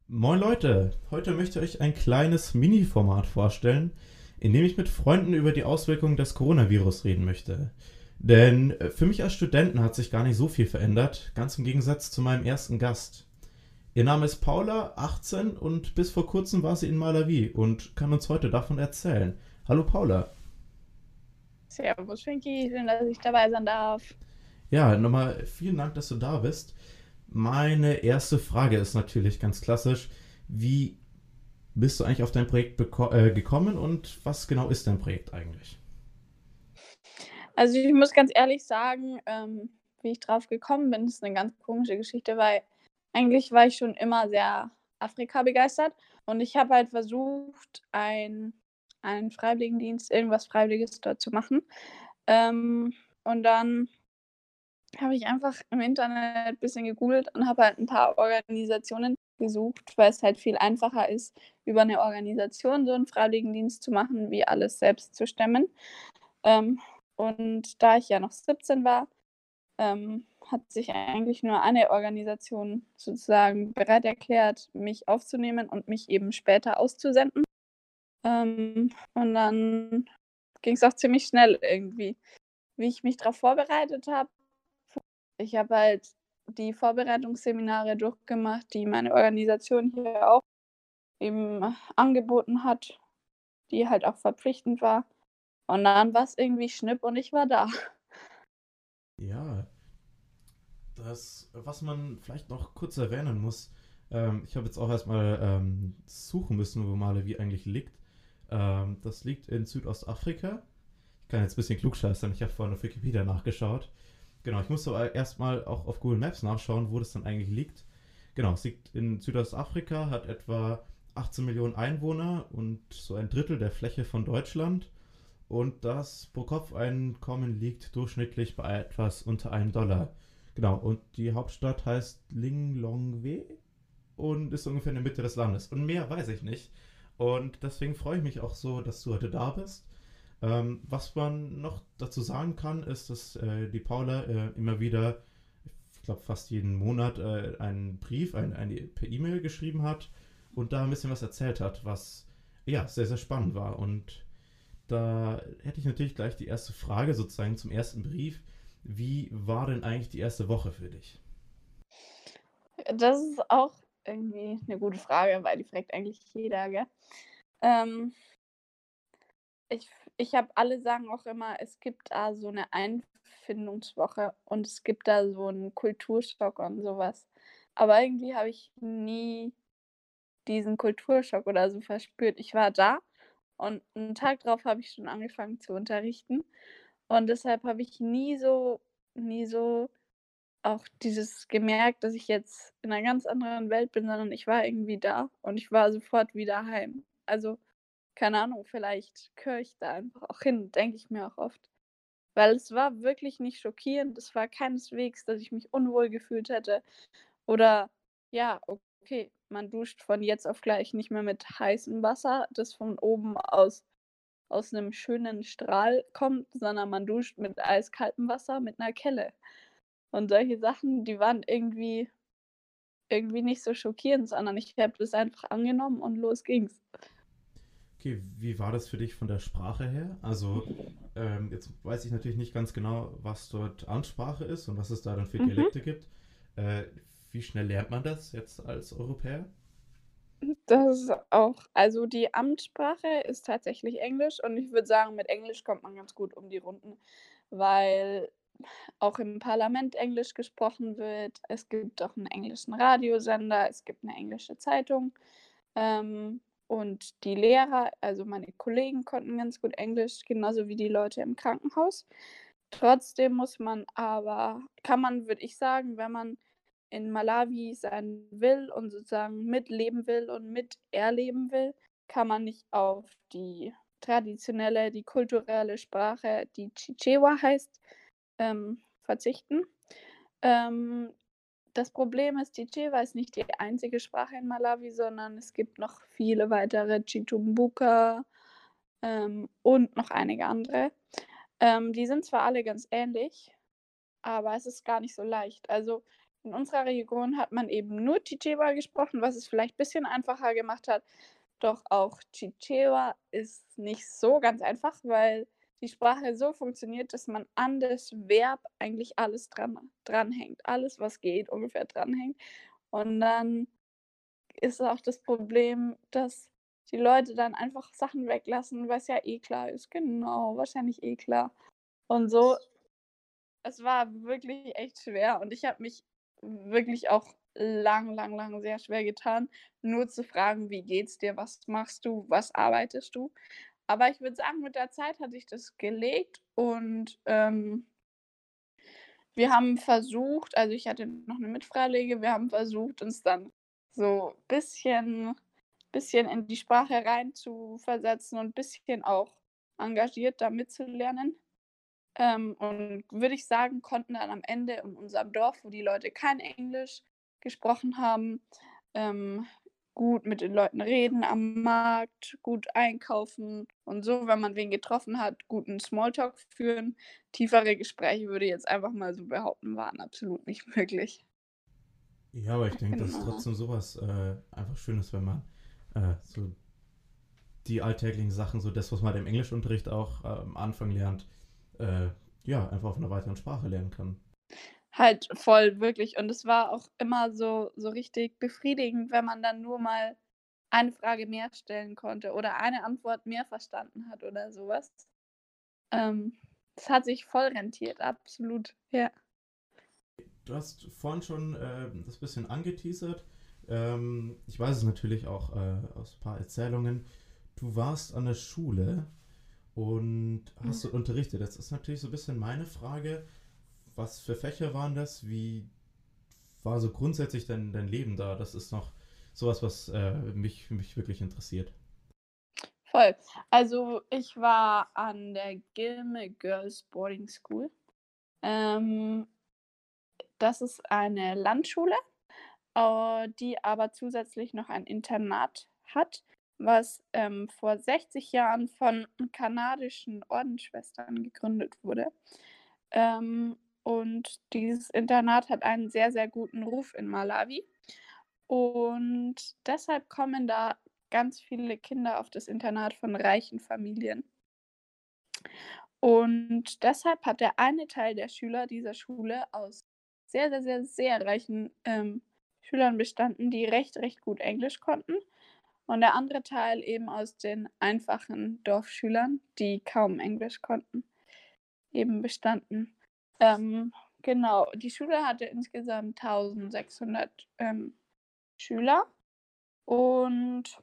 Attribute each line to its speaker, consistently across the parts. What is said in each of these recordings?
Speaker 1: Moin Leute, heute möchte ich euch ein kleines Mini-Format vorstellen, in dem ich mit Freunden über die Auswirkungen des Coronavirus reden möchte. Denn für mich als Studenten hat sich gar nicht so viel verändert, ganz im Gegensatz zu meinem ersten Gast. Ihr Name ist Paula, 18 und bis vor kurzem war sie in Malawi und kann uns heute davon erzählen. Hallo Paula.
Speaker 2: Servus, Schwenki, schön, dass ich dabei sein darf.
Speaker 1: Ja, nochmal vielen Dank, dass du da bist. Meine erste Frage ist natürlich ganz klassisch, wie bist du eigentlich auf dein Projekt gekommen und was genau ist dein Projekt eigentlich?
Speaker 2: Also ich muss ganz ehrlich sagen, wie ich drauf gekommen bin, ist eine ganz komische Geschichte, weil eigentlich war ich schon immer sehr Afrika begeistert und ich habe halt versucht, einen Freiwilligendienst, irgendwas Freiwilliges dort zu machen. Und dann habe ich einfach im Internet ein bisschen gegoogelt und habe halt ein paar Organisationen gesucht, weil es halt viel einfacher ist, über eine Organisation so einen Freiwilligendienst zu machen, wie alles selbst zu stemmen. Ähm, und da ich ja noch 17 war, hat sich eigentlich nur eine Organisation sozusagen bereit erklärt, mich aufzunehmen und mich eben später auszusenden. Und dann ging es auch ziemlich schnell irgendwie. Wie ich mich darauf vorbereitet habe, ich habe halt die Vorbereitungsseminare durchgemacht, die meine Organisation hier auch eben angeboten hat, die halt auch verpflichtend war. Und dann war's irgendwie schnipp und ich war da.
Speaker 1: Ja, das, was man vielleicht noch kurz erwähnen muss, ich habe jetzt auch erstmal suchen müssen, wo Malawi eigentlich liegt. Das liegt in Südostafrika. Ich kann jetzt ein bisschen klugscheißern, ich habe vorhin auf Wikipedia nachgeschaut. Genau, ich musste aber erstmal auch auf Google Maps nachschauen, wo das dann eigentlich liegt. Genau, es liegt in Südostafrika, hat etwa 18 Millionen Einwohner und so ein Drittel der Fläche von Deutschland. Und das Pro-Kopf-Einkommen liegt durchschnittlich bei etwas unter einem Dollar. Genau, und die Hauptstadt heißt Linglongwe und ist ungefähr in der Mitte des Landes. Und mehr weiß ich nicht. Und deswegen freue ich mich auch so, dass du heute da bist. Was man noch dazu sagen kann, ist, dass die Paula immer wieder, ich glaube fast jeden Monat, einen Brief per E-Mail geschrieben hat und da ein bisschen was erzählt hat, was ja sehr, sehr spannend war. Und da hätte ich natürlich gleich die erste Frage sozusagen zum ersten Brief. Wie war denn eigentlich die erste Woche für dich?
Speaker 2: Das ist auch irgendwie 'ne gute Frage, weil die fragt eigentlich jeder, gell? Ähm, ich habe alle sagen auch immer, es gibt da so 'ne Einfindungswoche und es gibt da so 'n Kulturschock und so was. Aber irgendwie habe ich nie diesen Kulturschock oder so verspürt. Ich war da und 'n Tag drauf habe ich schon angefangen zu unterrichten und deshalb habe ich nie so auch dieses gemerkt, dass ich jetzt in 'ner ganz anderen Welt bin, sondern ich war irgendwie da und ich war sofort wieder heim. Also, keine Ahnung, vielleicht gehöre ich da einfach auch hin, denke ich mir auch oft. Weil es war wirklich nicht schockierend. Es war keineswegs, dass ich mich unwohl gefühlt hätte oder ja, okay, man duscht von jetzt auf gleich nicht mehr mit heißem Wasser, das von oben aus 'nem schönen Strahl kommt, sondern man duscht mit eiskaltem Wasser mit 'ner Kelle. Und solche Sachen, die waren irgendwie nicht so schockierend, sondern ich habe das einfach angenommen und los ging's.
Speaker 1: Okay, wie war das für dich von der Sprache her? Also, jetzt weiß ich natürlich nicht ganz genau, was dort Amtssprache ist und was es da dann für
Speaker 2: Mhm.
Speaker 1: Dialekte gibt. Äh, Wie schnell lernt man das jetzt als Europäer?
Speaker 2: Das ist auch also, die Amtssprache ist tatsächlich Englisch und ich würde sagen, mit Englisch kommt man ganz gut um die Runden, weil auch im Parlament Englisch gesprochen wird. Es gibt auch 'n englischen Radiosender, es gibt 'ne englische Zeitung, und die Lehrer, also meine Kollegen, konnten ganz gut Englisch, genauso wie die Leute im Krankenhaus. Trotzdem muss man aber kann man, würde ich sagen, wenn man in Malawi sein will und sozusagen mitleben will und miterleben will, kann man nicht auf die kulturelle Sprache, die Chichewa heißt, verzichten. Ähm, Das Problem ist, die Chichewa ist nicht die einzige Sprache in Malawi, sondern es gibt noch viele weitere, Chitumbuka, und noch einige andere. Die sind zwar alle ganz ähnlich, aber es ist gar nicht so leicht. Also, in unserer Region hat man eben nur Chichewa gesprochen, was es vielleicht ein bisschen einfacher gemacht hat. Doch auch Chichewa ist nicht so ganz einfach, weil die Sprache so funktioniert, dass man an das Verb eigentlich alles dranhängt. Alles, was geht, ungefähr dranhängt. Und dann ist auch das Problem, dass die Leute dann einfach Sachen weglassen, weil's ja eh klar ist. Genau, wahrscheinlich eh klar. Und so es war wirklich echt schwer und ich habe mich wirklich auch lang sehr schwer getan, nur zu fragen: „Wie geht's dir? Was machst du? Was arbeitest du?“ Aber ich würde sagen, mit der Zeit hat sich das gelegt und, wir haben versucht also, ich hatte noch 'ne Mitfahrerlehrerin, wir haben versucht, uns dann so bisschen in die Sprache reinzuversetzen und bisschen auch engagiert da mitzulernen. Und würde ich sagen, konnten dann am Ende in unserem Dorf, wo die Leute kein Englisch gesprochen haben, ähm, gut mit den Leuten reden am Markt, gut einkaufen und so, wenn man wen getroffen hat, guten Smalltalk führen. Tiefere Gespräche würde ich jetzt einfach mal so behaupten, waren absolut nicht möglich.
Speaker 1: Ja, aber ich denke, dass
Speaker 2: Genau.
Speaker 1: trotzdem sowas einfach schön ist, wenn man so die alltäglichen Sachen, so das, was man im Englischunterricht auch am Anfang lernt, äh, ja, einfach auf einer weiteren Sprache lernen kann.
Speaker 2: Halt voll, wirklich. Und es war auch immer so richtig befriedigend, wenn man dann nur mal eine Frage mehr stellen konnte oder eine Antwort mehr verstanden hat oder so was. Ähm, Das hat sich voll rentiert, absolut, ja.
Speaker 1: Du hast vorhin schon das bisschen angeteasert. Ich weiß es natürlich auch aus ein paar Erzählungen. Du warst an der Schule und
Speaker 2: Mhm.
Speaker 1: hast dort unterrichtet. Jetzt ist natürlich so ein bisschen meine Frage, was für Fächer waren das? Wie war so grundsätzlich dein Leben da? Das ist noch sowas, was mich wirklich interessiert.
Speaker 2: Voll. Also, ich war an der Gilme Girls Boarding School. Ähm, Das ist eine Landschule, die aber zusätzlich noch ein Internat hat, was, vor 60 Jahren von kanadischen Ordensschwestern gegründet wurde. Und dieses Internat hat einen sehr, sehr guten Ruf in Malawi. Und deshalb kommen da ganz viele Kinder auf das Internat von reichen Familien. Und deshalb hat der eine Teil der Schüler dieser Schule aus sehr reichen, Schülern bestanden, die recht gut Englisch konnten. Und der andere Teil eben aus den einfachen Dorfschülern, die kaum Englisch konnten, eben bestanden. Ähm, genau, die Schule hatte insgesamt 1.600, Schüler und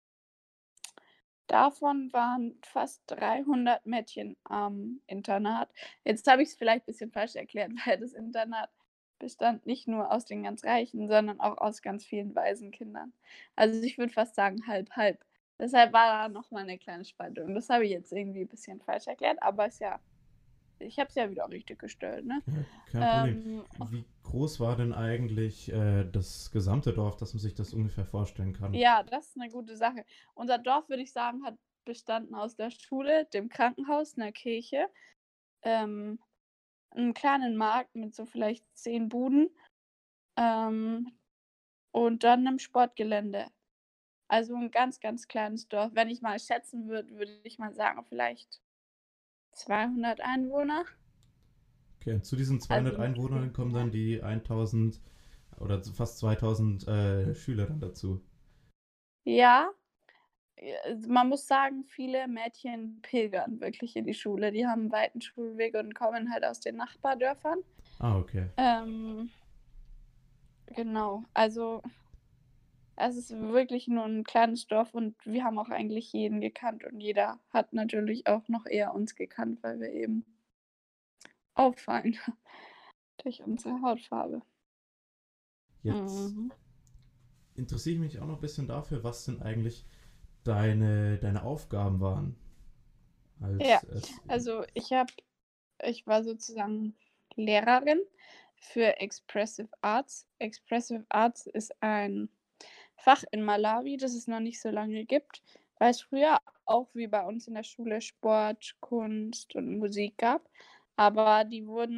Speaker 2: davon waren fast 300 Mädchen am Internat. Jetzt habe ich es vielleicht ein bisschen falsch erklärt, weil das Internat bestand nicht nur aus den ganz Reichen, sondern auch aus ganz vielen Waisenkindern. Also, ich würde fast sagen halb, halb. Deshalb war da noch mal 'ne kleine Spaltung. Das habe ich jetzt irgendwie ein bisschen falsch erklärt, aber ist ja ich habe es ja wieder richtig gestellt, ne?
Speaker 1: Ja, kein Problem.
Speaker 2: Ähm,
Speaker 1: Wie groß war denn eigentlich das gesamte Dorf, dass man sich das ungefähr vorstellen kann?
Speaker 2: ja, das ist 'ne gute Sache. Unser Dorf, würde ich sagen, hat bestanden aus der Schule, dem Krankenhaus, 'ner Kirche, ähm 'n kleinen Markt mit so vielleicht 10 Buden, ähm, und dann 'nem Sportgelände. Also 'n ganz kleines Dorf. Wenn ich mal schätzen würde ich mal sagen, vielleicht 200 Einwohner.
Speaker 1: Okay, und zu diesen
Speaker 2: Also
Speaker 1: 200
Speaker 2: nicht viel
Speaker 1: Einwohnern kommen
Speaker 2: mehr.
Speaker 1: dann die 1000 oder fast 2000 Schüler dann dazu.
Speaker 2: Ja, man muss sagen, viele Mädchen pilgern wirklich in die Schule. Die haben 'n weiten Schulweg und kommen halt aus den Nachbardörfern.
Speaker 1: Ah, okay.
Speaker 2: Ähm, genau, also es ist wirklich nur 'n kleines Dorf und wir haben auch eigentlich jeden gekannt und jeder hat natürlich auch noch eher uns gekannt, weil wir eben auffallen durch unsere Hautfarbe.
Speaker 1: Jetzt
Speaker 2: Mhm.
Speaker 1: interessiere ich mich auch noch ein bisschen dafür, was denn eigentlich deine Aufgaben waren.
Speaker 2: Ja,
Speaker 1: Als
Speaker 2: also ich war sozusagen Lehrerin für Expressive Arts. Expressive Arts ist ein Fach in Malawi, das es noch nicht so lange gibt, weil es früher auch wie bei uns in der Schule Sport, Kunst und Musik gab, aber die wurden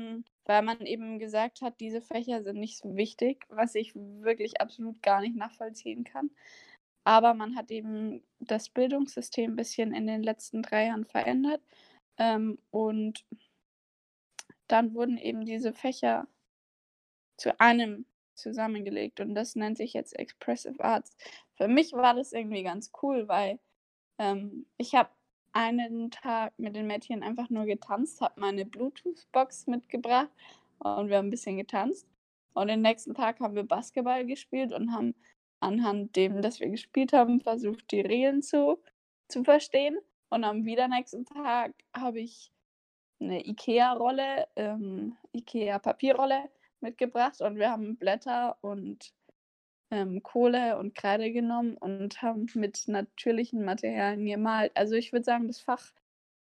Speaker 2: weil man eben gesagt hat, diese Fächer sind nicht so wichtig, was ich wirklich absolut gar nicht nachvollziehen kann. Aber man hat eben das Bildungssystem ein bisschen in den letzten 3 Jahren verändert, und dann wurden eben diese Fächer zu einem zusammengelegt und das nennt sich jetzt Expressive Arts. Für mich war das irgendwie ganz cool, weil, ich habe einen Tag mit den Mädchen einfach nur getanzt, habe meine Bluetooth-Box mitgebracht und wir haben 'n bisschen getanzt. Und den nächsten Tag haben wir Basketball gespielt und haben anhand dem, dass wir gespielt haben, versucht, die Regeln zu verstehen. Und am wieder nächsten Tag habe ich 'ne IKEA-Rolle IKEA-Papierrolle mitgebracht und wir haben Blätter und, Kohle und Kreide genommen und haben mit natürlichen Materialien gemalt. Also, ich würde sagen, das Fach,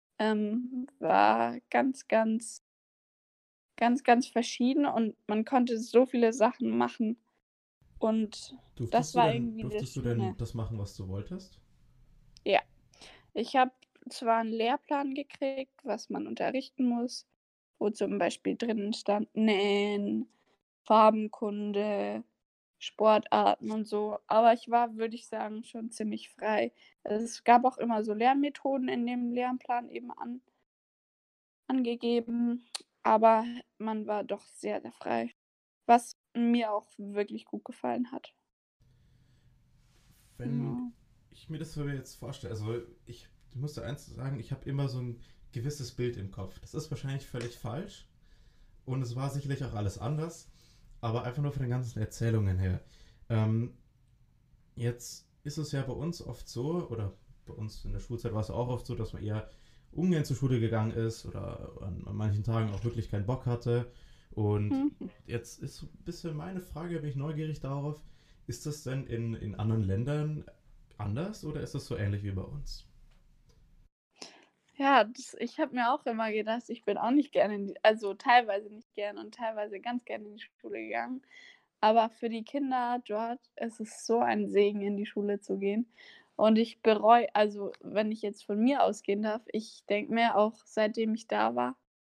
Speaker 2: war ganz verschieden und man konnte so viele Sachen machen und das war irgendwie das
Speaker 1: Durftest du
Speaker 2: Schöne.
Speaker 1: denn das machen, was du wolltest?
Speaker 2: Ja, ich habe zwar 'n Lehrplan gekriegt, was man unterrichten muss, wo zum Beispiel drinnen stand Nähen, Farbenkunde, Sportarten und so, aber ich war, würde ich sagen, schon ziemlich frei. Also, es gab auch immer so Lernmethoden in dem Lehrplan eben angegeben, aber man war doch sehr, sehr frei, was mir auch wirklich gut gefallen hat.
Speaker 1: Wenn
Speaker 2: Genau.
Speaker 1: ich mir das so jetzt vorstelle, also ich muss da eins sagen, ich habe immer so ein gewisses Bild im Kopf. Das ist wahrscheinlich völlig falsch und es war sicherlich auch alles anders, aber einfach nur von den ganzen Erzählungen her. Ähm, Jetzt ist es ja bei uns oft so, oder bei uns in der Schulzeit war es auch oft so, dass man eher ungern zur Schule gegangen ist oder an manchen Tagen auch wirklich keinen Bock hatte. Und
Speaker 2: Mhm.
Speaker 1: jetzt ist so ein bisschen meine Frage, bin ich neugierig darauf, ist das denn in anderen Ländern anders oder ist das so ähnlich wie bei uns?
Speaker 2: Ja, ich habe mir auch immer gedacht, ich bin auch nicht gerne also teilweise nicht gerne und teilweise ganz gerne in die Schule gegangen. Aber für die Kinder dort ist es so ein Segen, in die Schule zu gehen. Und ich bereue, also wenn ich jetzt von mir ausgehen darf, ich denke mir auch, seitdem ich da war,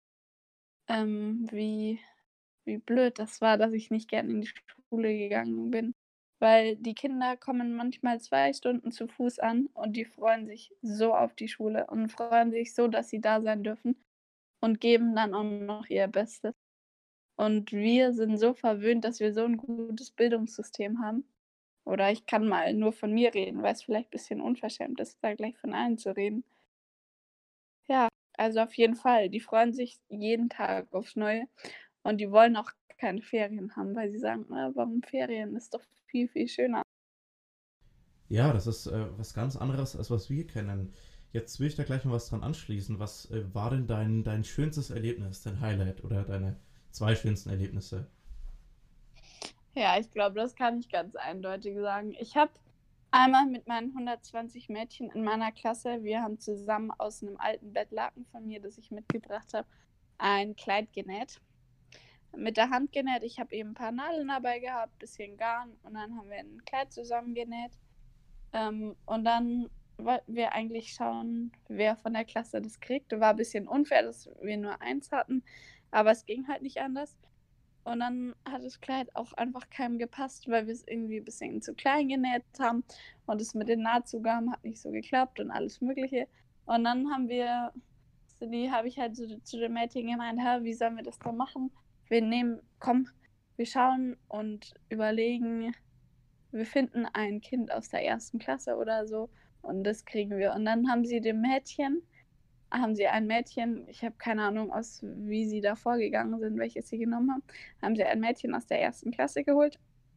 Speaker 2: wie blöd das war, dass ich nicht gerne in die Schule gegangen bin. Weil die Kinder kommen manchmal 2 Stunden zu Fuß an und die freuen sich so auf die Schule und freuen sich so, dass sie da sein dürfen und geben dann auch noch ihr Bestes. Und wir sind so verwöhnt, dass wir so 'n gutes Bildungssystem haben. Oder ich kann mal nur von mir reden, weil's vielleicht bisschen unverschämt ist, da gleich von allen zu reden. Ja, also auf jeden Fall. Die freuen sich jeden Tag aufs Neue und die wollen auch keine Ferien haben, weil sie sagen: warum Ferien? Ist doch viel, viel schöner.“
Speaker 1: Ja, das ist was ganz anderes, als was wir kennen. Jetzt will ich da gleich mal was dran anschließen. Was war denn dein schönstes Erlebnis, dein Highlight oder deine zwei schönsten Erlebnisse?
Speaker 2: Ja, ich glaube, das kann ich ganz eindeutig sagen. Ich habe einmal mit meinen 120 Mädchen in meiner Klasse, wir haben zusammen aus 'nem alten Bettlaken von mir, das ich mitgebracht habe, ein Kleid genäht. Mit der Hand genäht. Ich habe eben 'n paar Nadeln dabei gehabt, bisschen Garn und dann haben wir 'n Kleid zusammengenäht. Und dann wollten wir eigentlich schauen, wer von der Klasse das kriegt. War ein bisschen unfair, dass wir nur eins hatten, aber es ging halt nicht anders. Und dann hat das Kleid auch einfach keinem gepasst, weil wir es irgendwie ein bisschen zu klein genäht haben und es mit den Nahtzugaben hat nicht so geklappt und alles Mögliche. Und dann habe ich halt zu den Mädchen gemeint: „Hä, wie sollen wir das denn machen? Komm, wir schauen und überlegen, wir finden ein Kind aus der ersten Klasse oder so und das kriegen wir.“ Und dann haben sie ein Mädchen, ich habe keine Ahnung, wie sie da vorgegangen sind, welches sie genommen haben sie ein Mädchen aus der ersten Klasse geholt,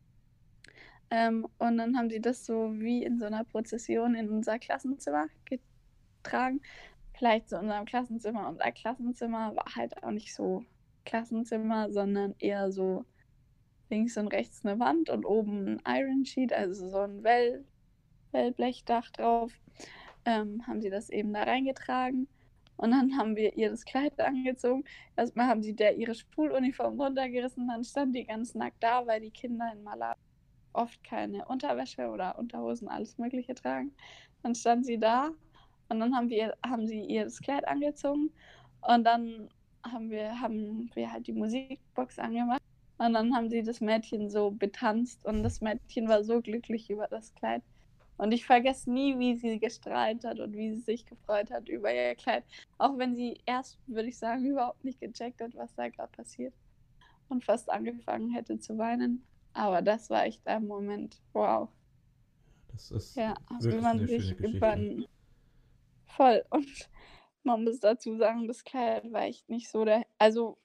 Speaker 2: und dann haben sie das so wie in so 'ner Prozession in unser Klassenzimmer getragen. Vielleicht zu unserem Klassenzimmer. Unser Klassenzimmer war halt auch nicht so Klassenzimmer, sondern eher so links und rechts 'ne Wand und oben 'n Iron Sheet, also so 'n Wellblechdach drauf, haben sie das eben da reingetragen und dann haben wir ihr das Kleid angezogen. Erst mal haben sie der ihre Schuluniform runtergerissen, dann stand die ganz nackt da, weil die Kinder in Malawi oft keine Unterwäsche oder Unterhosen, alles Mögliche tragen. Dann stand sie da und dann haben sie ihr das Kleid angezogen und dann haben wir halt die Musikbox angemacht und dann haben sie das Mädchen so betanzt und das Mädchen war so glücklich über das Kleid. Und ich vergesse nie, wie sie gestrahlt hat und wie sie sich gefreut hat über ihr Kleid. Auch wenn sie erst, würde ich sagen, überhaupt nicht gecheckt hat, was da gerade passiert und fast angefangen hätte zu weinen. Aber das war echt ein Moment. Wow.
Speaker 1: Das ist
Speaker 2: Ja, wie
Speaker 1: wirklich
Speaker 2: man
Speaker 1: eine schöne
Speaker 2: sich
Speaker 1: Geschichte.
Speaker 2: voll. Und man muss dazu sagen, das Kleid war echt nicht so der. Also,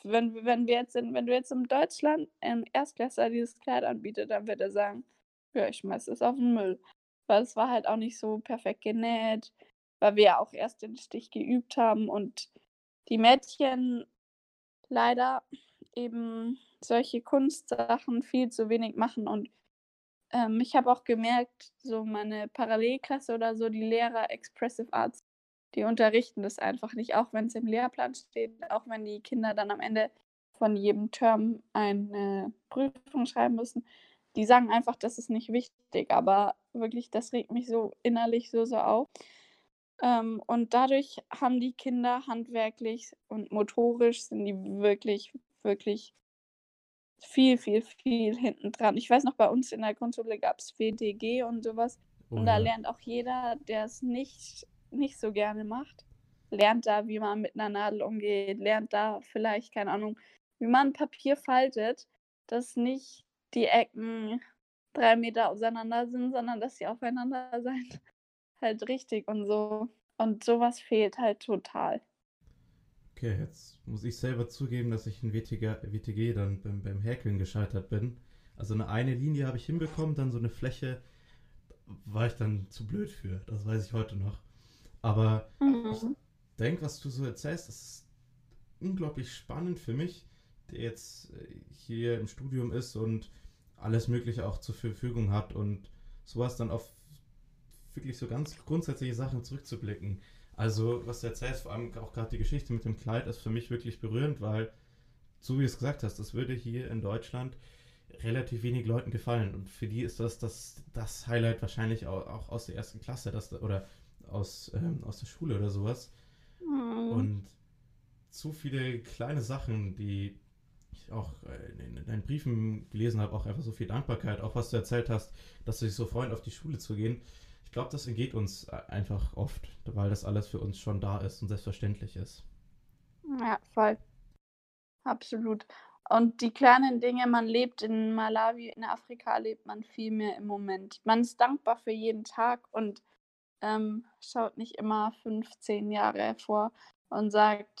Speaker 2: wenn du jetzt in Deutschland ein Erstklässler dieses Kleid anbietet, dann wird er sagen, ja, ich schmeiß es auf den Müll. Weil es war halt auch nicht so perfekt genäht, weil wir ja auch erst den Stich geübt haben und die Mädchen leider eben solche Kunstsachen viel zu wenig machen. Und ich habe auch gemerkt, so meine Parallelklasse oder so, die Lehrer Expressive Arts, die unterrichten das einfach nicht, auch wenn es im Lehrplan steht, auch wenn die Kinder dann am Ende von jedem Term eine Prüfung schreiben müssen. Die sagen einfach, das ist nicht wichtig, aber wirklich, das regt mich so innerlich so auf. Und dadurch haben die Kinder handwerklich und motorisch sind die wirklich, wirklich viel, viel, viel hinten dran. Ich weiß noch, bei uns in der Grundschule gab's WTG und sowas.
Speaker 1: Oh
Speaker 2: Und da
Speaker 1: ja.
Speaker 2: lernt auch jeder, der es nicht so gerne macht, lernt da, wie man mit einer Nadel umgeht, lernt da vielleicht, keine Ahnung, wie man Papier faltet, dass nicht die Ecken 3 Meter auseinander sind, sondern dass sie aufeinander sein. Halt richtig und so. Und sowas fehlt halt total.
Speaker 1: Okay, jetzt muss ich selber zugeben, dass ich in WTG dann beim Häkeln gescheitert bin. Also eine Linie habe ich hinbekommen, dann so eine Fläche war ich dann zu blöd für. Das weiß ich heute noch. Aber ich
Speaker 2: Mhm.
Speaker 1: denke, was du so erzählst, das ist unglaublich spannend für mich, der jetzt hier im Studium ist und alles Mögliche auch zur Verfügung hat und sowas dann auf wirklich so ganz grundsätzliche Sachen zurückzublicken. Also, was du erzählst, vor allem auch gerade die Geschichte mit dem Kleid, ist für mich wirklich berührend, weil, so wie du es gesagt hast, das würde hier in Deutschland relativ wenig Leuten gefallen. Und für die ist das Highlight wahrscheinlich auch aus der ersten Klasse oder aus der Schule oder sowas.
Speaker 2: Mhm.
Speaker 1: Und so viele kleine Sachen, die ich auch in deinen Briefen gelesen habe, auch einfach so viel Dankbarkeit, auch was du erzählt hast, dass du dich so freuen, auf die Schule zu gehen. Ich glaube, das entgeht uns einfach oft, weil das alles für uns schon da ist und selbstverständlich ist.
Speaker 2: Ja, voll. Absolut. Und die kleinen Dinge, man lebt in Malawi, in Afrika lebt man viel mehr im Moment. Man ist dankbar für jeden Tag und, schaut nicht immer 15 Jahre vor und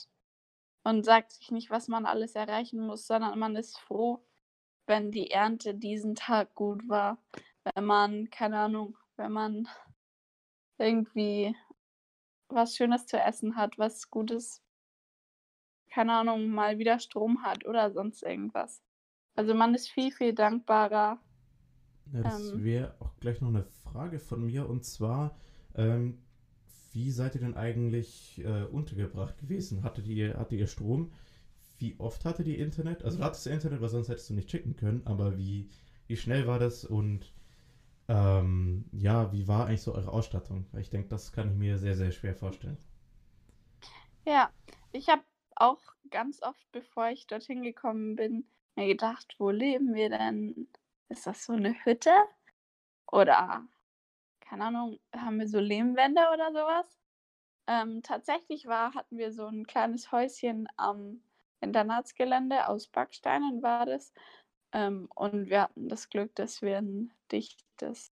Speaker 2: sagt sich nicht, was man alles erreichen muss, sondern man ist froh, wenn die Ernte diesen Tag gut war. Wenn man, keine Ahnung, wenn man irgendwie was Schönes zu essen hat, was Gutes, keine Ahnung, mal wieder Strom hat oder sonst irgendwas. Also, man ist viel, viel dankbarer.
Speaker 1: Ja, das
Speaker 2: Ähm,
Speaker 1: wäre auch gleich noch eine Frage von mir und zwar, ähm, wie seid ihr denn eigentlich untergebracht gewesen? Hattet ihr Strom? Wie oft hattet ihr Internet? Also, du hattest ihr Internet, weil sonst hättest du nicht checken können, aber wie schnell war das und ja, wie war eigentlich so eure Ausstattung? Weil ich denke, das kann ich mir sehr, sehr schwer vorstellen.
Speaker 2: ja, ich habe auch ganz oft, bevor ich dorthin gekommen bin, mir gedacht: „Wo leben wir denn? Ist das so 'ne Hütte oder, keine Ahnung, haben wir so Lehmwände oder so was?“ Tatsächlich hatten wir so 'n kleines Häuschen am Internatsgelände aus Backsteinen war das, und wir hatten das Glück, dass wir 'n dichtes,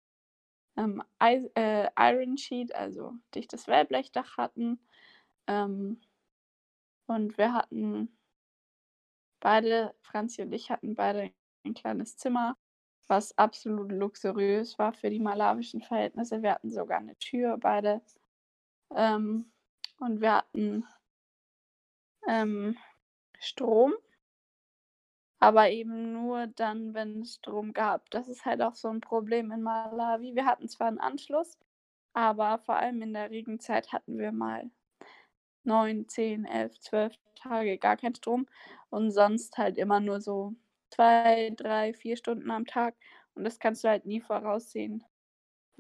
Speaker 2: Iron Sheet, also dichtes Wellblechdach hatten, ähm, und wir hatten beide Franzi und ich hatten beide ein kleines Zimmer, was absolut luxuriös war für die malawischen Verhältnisse. Wir hatten sogar 'ne Tür beide, ähm, und wir hatten, ähm, Strom, aber eben nur dann, wenn es Strom gab. Das ist halt auch so 'n Problem in Malawi. Wir hatten zwar 'n Anschluss, aber vor allem in der Regenzeit hatten wir mal 9, 10, 11, 12 Tage gar keinen Strom und sonst halt immer nur so 2, 3, 4 Stunden am Tag und das kannst du halt nie voraussehen,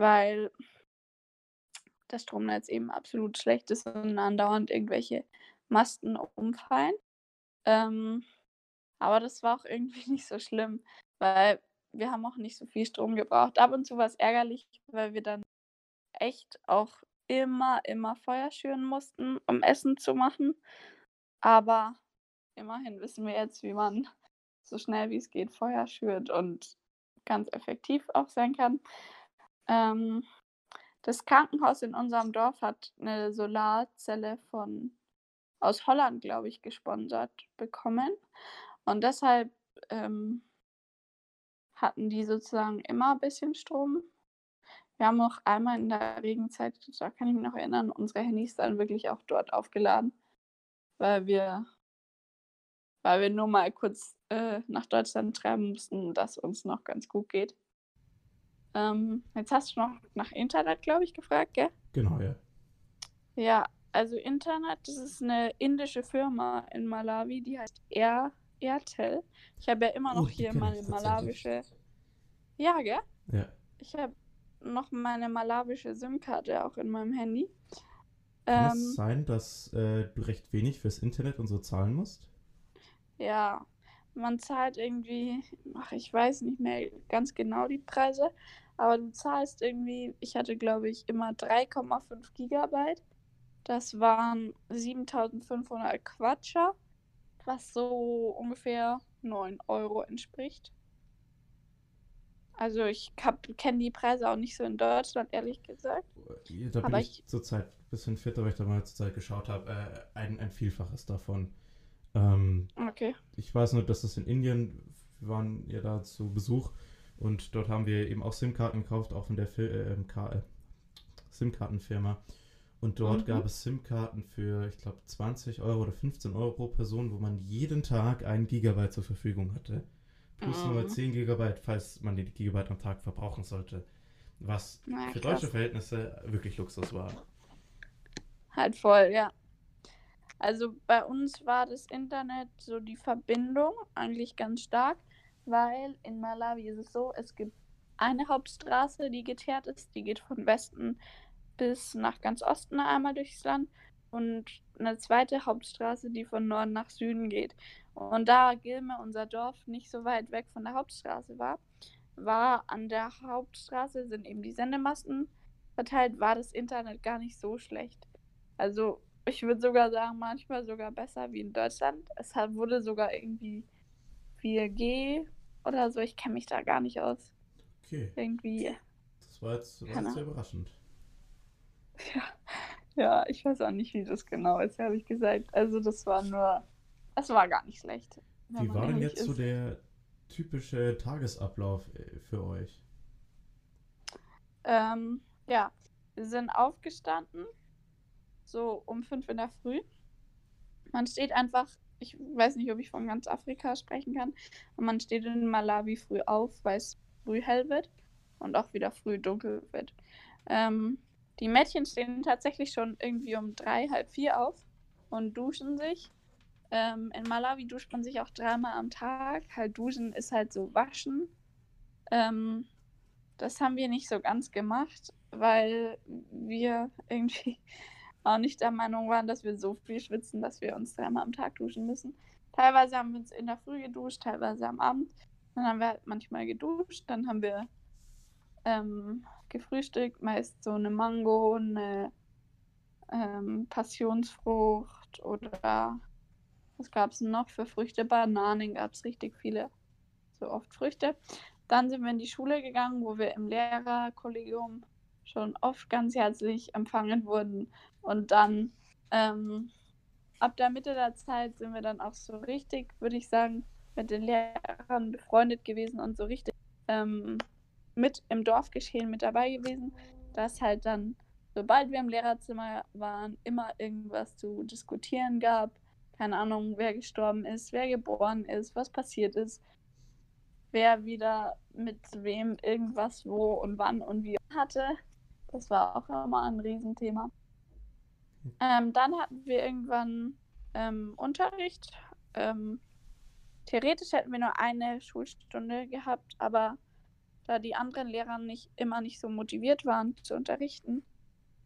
Speaker 2: weil das Stromnetz eben absolut schlecht ist und andauernd irgendwelche Masten umfallen. Ähm, aber das war auch irgendwie nicht so schlimm, weil wir haben auch nicht so viel Strom gebraucht. Ab und zu war es ärgerlich, weil wir dann echt auch immer Feuer schüren mussten, um Essen zu machen. Aber immerhin wissen wir jetzt, wie man so schnell wie es geht Feuer schürt und ganz effektiv auch sein kann. Ähm, Das Krankenhaus in unserem Dorf hat eine Solarzelle aus Holland, glaube ich, gesponsert bekommen. Und deshalb, ähm, hatten die sozusagen immer ein bisschen Strom. Wir haben auch einmal in der Regenzeit, da kann ich mich noch erinnern, unsere Handys dann wirklich auch dort aufgeladen, weil wir weil wir nur mal kurz, nach Deutschland treiben mussten, dass uns noch ganz gut geht. Jetzt hast du noch nach Internet, glaube ich, gefragt, gell?
Speaker 1: Genau, ja.
Speaker 2: Ja, also Internet, das ist eine indische Firma in Malawi, die heißt Airtel. Ich habe ja immer
Speaker 1: Oh,
Speaker 2: noch
Speaker 1: die
Speaker 2: hier
Speaker 1: kenne
Speaker 2: meine
Speaker 1: ich tatsächlich.
Speaker 2: malawische. Ja, gell?
Speaker 1: Ja.
Speaker 2: Ich habe noch meine malawische SIM-Karte auch in meinem Handy.
Speaker 1: Kann es
Speaker 2: Ähm,
Speaker 1: sein, dass du recht wenig fürs Internet und so zahlen musst?
Speaker 2: ja, man zahlt irgendwie, ach, ich weiß nicht mehr ganz genau die Preise, aber du zahlst irgendwie, ich hatte, glaube ich, immer 3,5 Gigabyte. Das waren 7.500 Quatscher, was so ungefähr 9 € entspricht. Also ich kenne die Preise auch nicht so in Deutschland, ehrlich gesagt.
Speaker 1: Da bin
Speaker 2: Aber
Speaker 1: ich
Speaker 2: ich,
Speaker 1: zurzeit ein bisschen fitter, weil ich da mal zur Zeit geschaut habe. Ein Vielfaches davon.
Speaker 2: okay.
Speaker 1: Ich weiß nur, dass das in Indien, wir waren ja da zu Besuch und dort haben wir eben auch SIM-Karten gekauft, auch von der SIM-Kartenfirma. Und dort
Speaker 2: Mhm.
Speaker 1: gab es SIM-Karten für, ich glaube, 20 € oder 15 € pro Person, wo man jeden Tag 1 GB zur Verfügung hatte. Plus nochmal
Speaker 2: Mhm.
Speaker 1: 10 GB, falls man die Gigabyte am Tag verbrauchen sollte. Was
Speaker 2: Na,
Speaker 1: für deutsche
Speaker 2: krass.
Speaker 1: Verhältnisse wirklich Luxus war.
Speaker 2: Halt voll, ja. Also bei uns war das Internet so die Verbindung eigentlich ganz stark, weil in Malawi ist es so, es gibt eine Hauptstraße, die geteert ist, die geht von Westen bis nach ganz Osten einmal durchs Land und eine zweite Hauptstraße, die von Norden nach Süden geht. Und da Gilme, unser Dorf, nicht so weit weg von der Hauptstraße war an der Hauptstraße sind eben die Sendemasten verteilt, war das Internet gar nicht so schlecht. Also ich würde sogar sagen, manchmal sogar besser wie in Deutschland. Wurde sogar irgendwie 4G oder so. Ich kenne mich da gar nicht aus.
Speaker 1: Okay,
Speaker 2: Irgendwie,
Speaker 1: war
Speaker 2: keine
Speaker 1: jetzt sehr
Speaker 2: Ahnung.
Speaker 1: überraschend.
Speaker 2: Ja, ja, ich weiß auch nicht, wie das genau ist, ehrlich gesagt. Also es war gar nicht schlecht, wenn
Speaker 1: Wie
Speaker 2: man
Speaker 1: war denn
Speaker 2: ehrlich
Speaker 1: jetzt so
Speaker 2: ist.
Speaker 1: der typische Tagesablauf für euch?
Speaker 2: Ja, wir sind aufgestanden, so um 5 in der Früh. Man steht einfach, ich weiß nicht, ob ich von ganz Afrika sprechen kann, aber man steht in Malawi früh auf, weil es früh hell wird und auch wieder früh dunkel wird. Ähm, Die Mädchen stehen tatsächlich schon irgendwie um 3, halb 4 auf und duschen sich. In Malawi duscht man sich auch 3-mal am Tag. Halt duschen ist halt so waschen. Ähm, Das haben wir nicht so ganz gemacht, weil wir irgendwie auch nicht der Meinung waren, dass wir so viel schwitzen, dass wir uns 3-mal am Tag duschen müssen. Teilweise haben wir uns in der Früh geduscht, teilweise am Abend. Dann haben wir halt manchmal geduscht, dann haben wir gefrühstückt, meist so eine Mango, eine Passionsfrucht oder was gab es noch für Früchte? Bananen gab es richtig viele, so oft Früchte. Dann sind wir in die Schule gegangen, wo wir im Lehrerkollegium schon oft ganz herzlich empfangen wurden. Und dann ab der Mitte der Zeit sind wir dann auch so richtig, würde ich sagen, mit den Lehrern befreundet gewesen und so richtig ähm, mit im Dorfgeschehen mit dabei gewesen, dass halt dann, sobald wir im Lehrerzimmer waren, immer irgendwas zu diskutieren gab. Keine Ahnung, wer gestorben ist, wer geboren ist, was passiert ist, wer wieder mit wem irgendwas wo und wann und wie hatte. Das war auch immer ein Riesenthema. Dann hatten wir irgendwann Unterricht. Ähm, Theoretisch hätten wir nur eine Schulstunde gehabt, aber da die anderen Lehrer nicht immer nicht so motiviert waren zu unterrichten,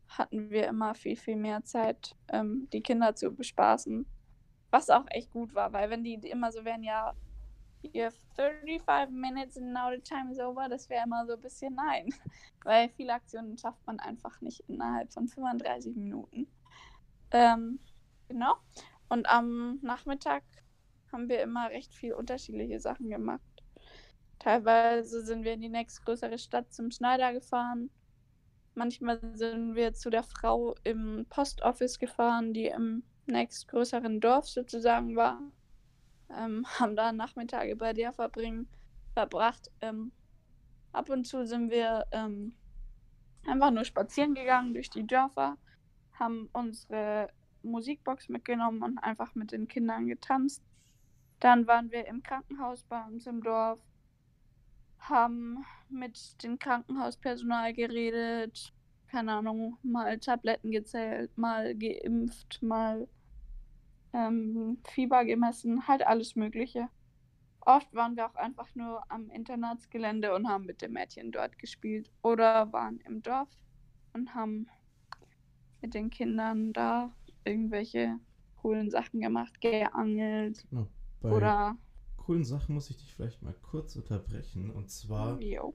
Speaker 2: hatten wir immer viel, viel mehr Zeit, die Kinder zu bespaßen. Was auch echt gut war, weil wenn die immer so wären, ja, you have 35 minutes and now the time is over, das wäre immer so ein bisschen nein. Weil viele Aktionen schafft man einfach nicht innerhalb von 35 Minuten. Genau. Und am Nachmittag haben wir immer recht viel unterschiedliche Sachen gemacht. Teilweise sind wir in die nächstgrößere Stadt zum Schneider gefahren. Manchmal sind wir zu der Frau im Postoffice gefahren, die im nächstgrößeren Dorf sozusagen war. Haben da Nachmittage bei der verbracht. Ab und zu sind wir einfach nur spazieren gegangen durch die Dörfer, haben unsere Musikbox mitgenommen und einfach mit den Kindern getanzt. Dann waren wir im Krankenhaus bei uns im Dorf, haben mit dem Krankenhauspersonal geredet, keine Ahnung, mal Tabletten gezählt, mal geimpft, mal Fieber gemessen, halt alles Mögliche. Oft waren wir auch einfach nur am Internatsgelände und haben mit den Mädchen dort gespielt oder waren im Dorf und haben mit den Kindern da irgendwelche coolen Sachen gemacht, geangelt
Speaker 1: Genau. Bei
Speaker 2: oder
Speaker 1: coolen Sachen muss ich dich vielleicht mal kurz unterbrechen. Und zwar,
Speaker 2: jo.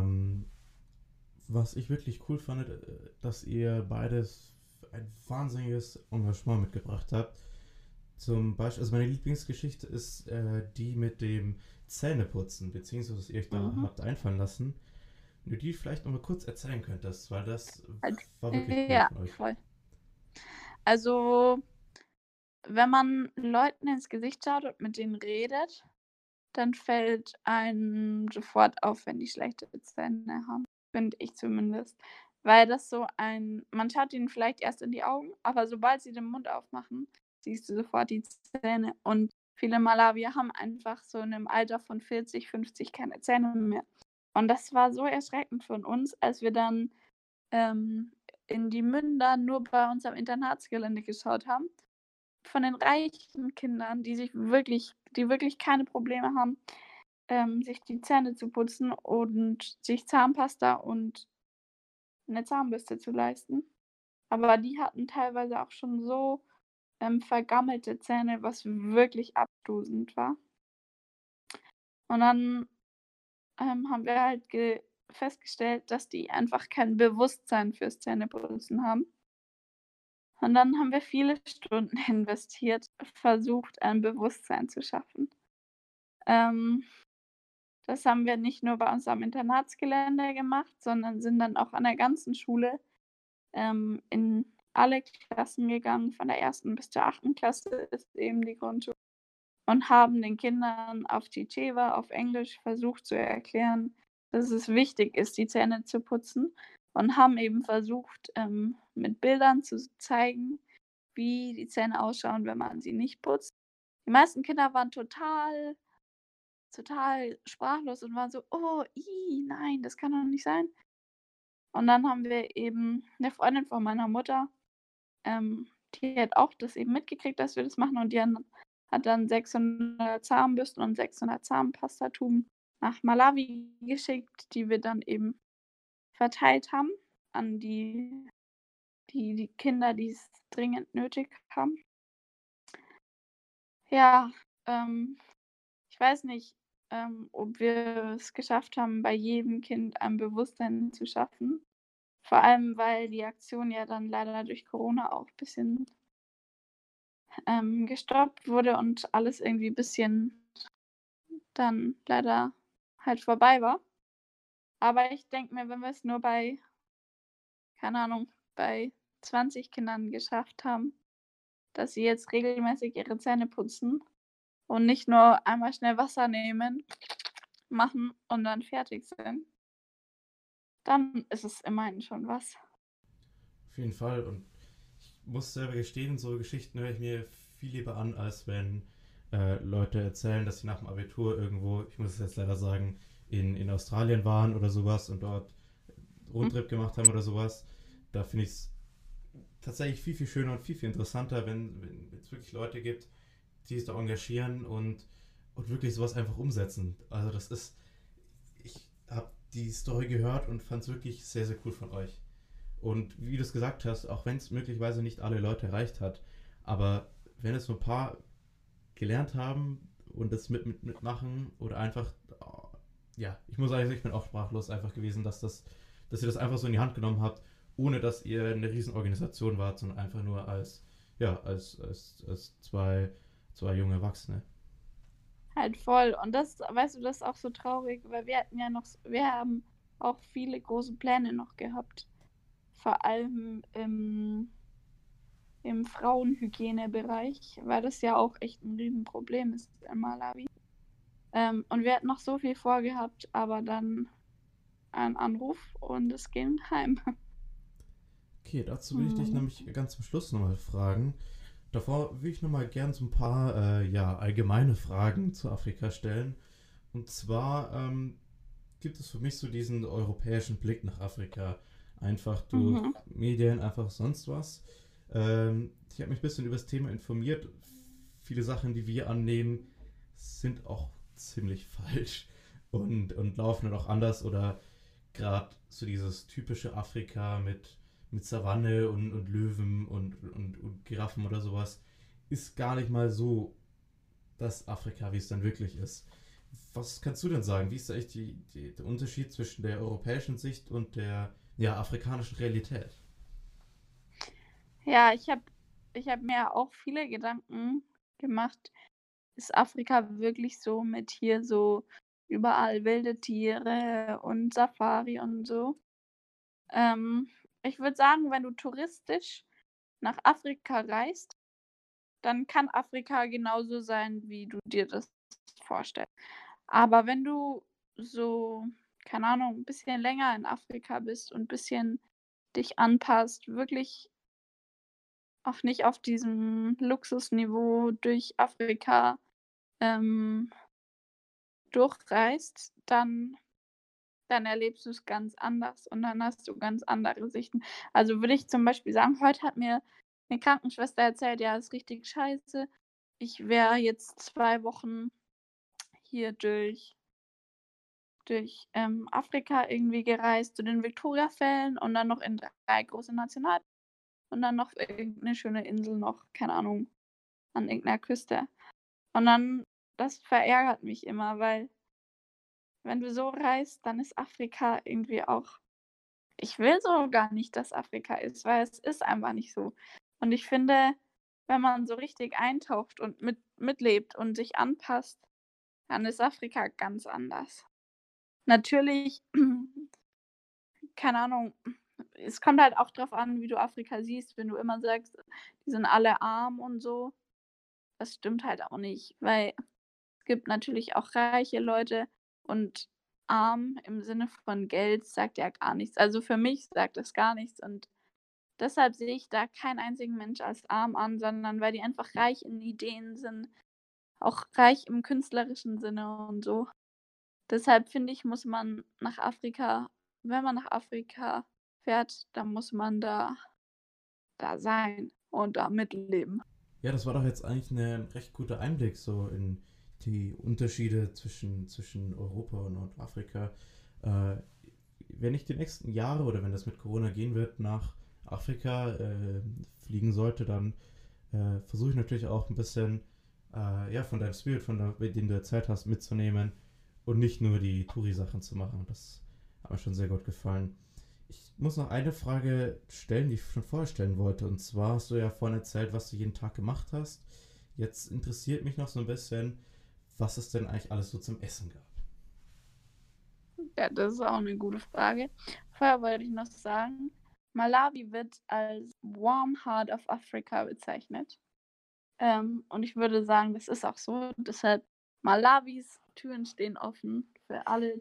Speaker 1: was ich wirklich cool fand, dass ihr beides ein wahnsinniges Engagement mitgebracht habt. Zum Beispiel, also meine Lieblingsgeschichte ist die mit dem Zähneputzen, beziehungsweise was ihr euch da habt einfallen lassen. Wenn du die vielleicht nochmal kurz erzählen könntest, weil das war wirklich cool
Speaker 2: Ja,
Speaker 1: von euch.
Speaker 2: voll. Also, wenn man Leuten ins Gesicht schaut und mit denen redet, dann fällt einem sofort auf, wenn die schlechte Zähne haben, finde ich zumindest. Weil das so man schaut ihnen vielleicht erst in die Augen, aber sobald sie den Mund aufmachen, siehst du sofort die Zähne. Und viele Malawier haben einfach so in 'nem Alter von 40, 50 keine Zähne mehr. Und das war so erschreckend von uns, als wir dann, in die Münder nur bei uns am Internatsgelände geschaut haben. Von den reichen Kindern, die wirklich keine Probleme haben, sich die Zähne zu putzen und sich Zahnpasta und 'ne Zahnbürste zu leisten. Aber die hatten teilweise auch schon so, vergammelte Zähne, was wirklich abstoßend war. Und dann, haben wir halt festgestellt, dass die einfach kein Bewusstsein fürs Zähneputzen haben. Und dann haben wir viele Stunden investiert, versucht, ein Bewusstsein zu schaffen. Ähm, Das haben wir nicht nur bei uns am Internatsgelände gemacht, sondern sind dann auch an der ganzen Schule, in alle Klassen gegangen. Von der ersten bis zur 8. Klasse ist eben die Grundschule und haben den Kindern auf Tchéwa, auf Englisch, versucht zu erklären, dass es wichtig ist, die Zähne zu putzen und haben eben versucht, mit Bildern zu zeigen, wie die Zähne ausschauen, wenn man sie nicht putzt. Die meisten Kinder waren total sprachlos und waren so: „Oh, nein, das kann doch nicht sein.“ Und dann haben wir eben 'ne Freundin von meiner Mutter, die hat auch das eben mitgekriegt, dass wir das machen und die hat dann 600 Zahnbürsten und 600 Zahnpastatuben nach Malawi geschickt, die wir dann eben verteilt haben an die Kinder, die's dringend nötig haben. Ja, ich weiß nicht, ob wir es geschafft haben, bei jedem Kind ein Bewusstsein zu schaffen. Vor allem, weil die Aktion ja dann leider durch Corona auch bisschen, gestoppt wurde und alles irgendwie bisschen dann leider halt vorbei war. Aber ich denke mir, wenn wir es nur bei, keine Ahnung, bei 20 Kindern geschafft haben, dass sie jetzt regelmäßig ihre Zähne putzen und nicht nur einmal schnell Wasser nehmen, machen und dann fertig sind, dann ist es immerhin schon was.
Speaker 1: Auf jeden Fall. Und ich muss selber gestehen, so Geschichten höre ich mir viel lieber an, als wenn Leute erzählen, dass sie nach dem Abitur irgendwo, ich muss es jetzt leider sagen, in Australien waren oder sowas und dort
Speaker 2: Hm.
Speaker 1: Roadtrip gemacht haben oder sowas. Da finde ich es tatsächlich viel, viel schöner und viel, viel interessanter, wenn es wirklich Leute gibt, die sich da engagieren und wirklich sowas einfach umsetzen. Also das ist, ich habe die Story gehört und fand es wirklich sehr, sehr cool von euch. Und wie du es gesagt hast, auch wenn es möglicherweise nicht alle Leute erreicht hat, aber wenn es so ein paar gelernt haben und das mitmachen oder einfach, ja, ich muss sagen, ich bin auch sprachlos einfach gewesen, dass ihr das einfach so in die Hand genommen habt, ohne dass ihr eine Riesenorganisation wart, sondern einfach nur als, ja, als zwei junge Erwachsene.
Speaker 2: Halt voll. Und das, weißt du, das ist auch so traurig, weil wir haben auch viele große Pläne noch gehabt. Vor allem im Frauenhygienebereich, weil das ja auch echt ein Riesenproblem ist in Malawi. Und wir hatten noch so viel vorgehabt, aber dann ein Anruf und es ging heim.
Speaker 1: Okay, dazu will ich dich
Speaker 2: Hm.
Speaker 1: nämlich ganz zum Schluss nochmal fragen. Davor will ich nochmal gern so ein paar ja, allgemeine Fragen zu Afrika stellen. Und zwar gibt es für mich so diesen europäischen Blick nach Afrika. Einfach durch
Speaker 2: Mhm.
Speaker 1: Medien, einfach sonst was. Ich habe mich ein bisschen über das Thema informiert. Viele Sachen, die wir annehmen, sind auch ziemlich falsch und laufen dann auch anders. Oder gerade so dieses typische Afrika mit Savanne und Löwen und Giraffen oder sowas ist gar nicht mal so das Afrika, wie es dann wirklich ist. Was kannst du denn sagen? Wie ist da echt der Unterschied zwischen der europäischen Sicht und der ja, afrikanischen Realität?
Speaker 2: Ja, ich hab mir auch viele Gedanken gemacht. Ist Afrika wirklich so mit hier so überall wilde Tiere und Safari und so? Ähm, Ich würde sagen, wenn du touristisch nach Afrika reist, dann kann Afrika genauso sein, wie du dir das vorstellst. Aber wenn du so, keine Ahnung, ein bisschen länger in Afrika bist und ein bisschen dich anpasst, wirklich auch nicht auf diesem Luxusniveau durch Afrika, ähm, durchreist, dann erlebst du es ganz anders und dann hast du ganz andere Sichten. Also, würde ich zum Beispiel sagen, heute hat mir 'ne Krankenschwester erzählt: „Ja, ist richtig scheiße. Ich wäre jetzt 2 Wochen hier durch Afrika irgendwie gereist zu den Viktoriafällen und dann noch in 3 große Nationalparks und dann noch irgend 'ne schöne Insel noch, keine Ahnung, an irgend 'ner Küste.“ Und dann das verärgert mich immer, weil wenn du so reist, dann ist Afrika irgendwie auch ich will so gar nicht, dass Afrika ist, weil es ist einfach nicht so. Und ich finde, wenn man so richtig eintaucht und mitlebt und sich anpasst, dann ist Afrika ganz anders. Natürlich, keine Ahnung, es kommt halt auch drauf an, wie du Afrika siehst. Wenn du immer sagst, die sind alle arm und so, das stimmt halt auch nicht, weil es gibt natürlich auch reiche Leute und arm im Sinne von Geld sagt ja gar nichts. Also, für mich sagt das gar nichts und deshalb sehe ich da keinen einzigen Mensch als arm an, sondern weil die einfach reich in Ideen sind, auch reich im künstlerischen Sinne und so. Deshalb finde ich, muss man nach Afrika wenn man nach Afrika fährt, dann muss man da sein und da mitleben.
Speaker 1: Ja, das war doch jetzt eigentlich ein recht guter Einblick so in die Unterschiede zwischen Europa und Nordafrika. Äh, Wenn ich die nächsten Jahre oder wenn das mit Corona gehen wird, nach Afrika fliegen sollte, dann versuche ich natürlich auch ein bisschen ja, von deinem Spirit, den du erzählt hast, mitzunehmen und nicht nur die Touri-Sachen zu machen. Das hat mir schon sehr gut gefallen. Ich muss noch eine Frage stellen, die ich schon vorher stellen wollte. Und zwar hast du ja vorhin erzählt, was du jeden Tag gemacht hast. Jetzt interessiert mich noch so ein bisschen, was es denn eigentlich alles so zum Essen gab.
Speaker 2: Ja, das ist auch eine gute Frage. Vorher wollte ich noch sagen, Malawi wird als Warm Heart of Africa bezeichnet. Und ich würde sagen, das ist auch so. Deshalb Malawis Türen stehen offen für alle,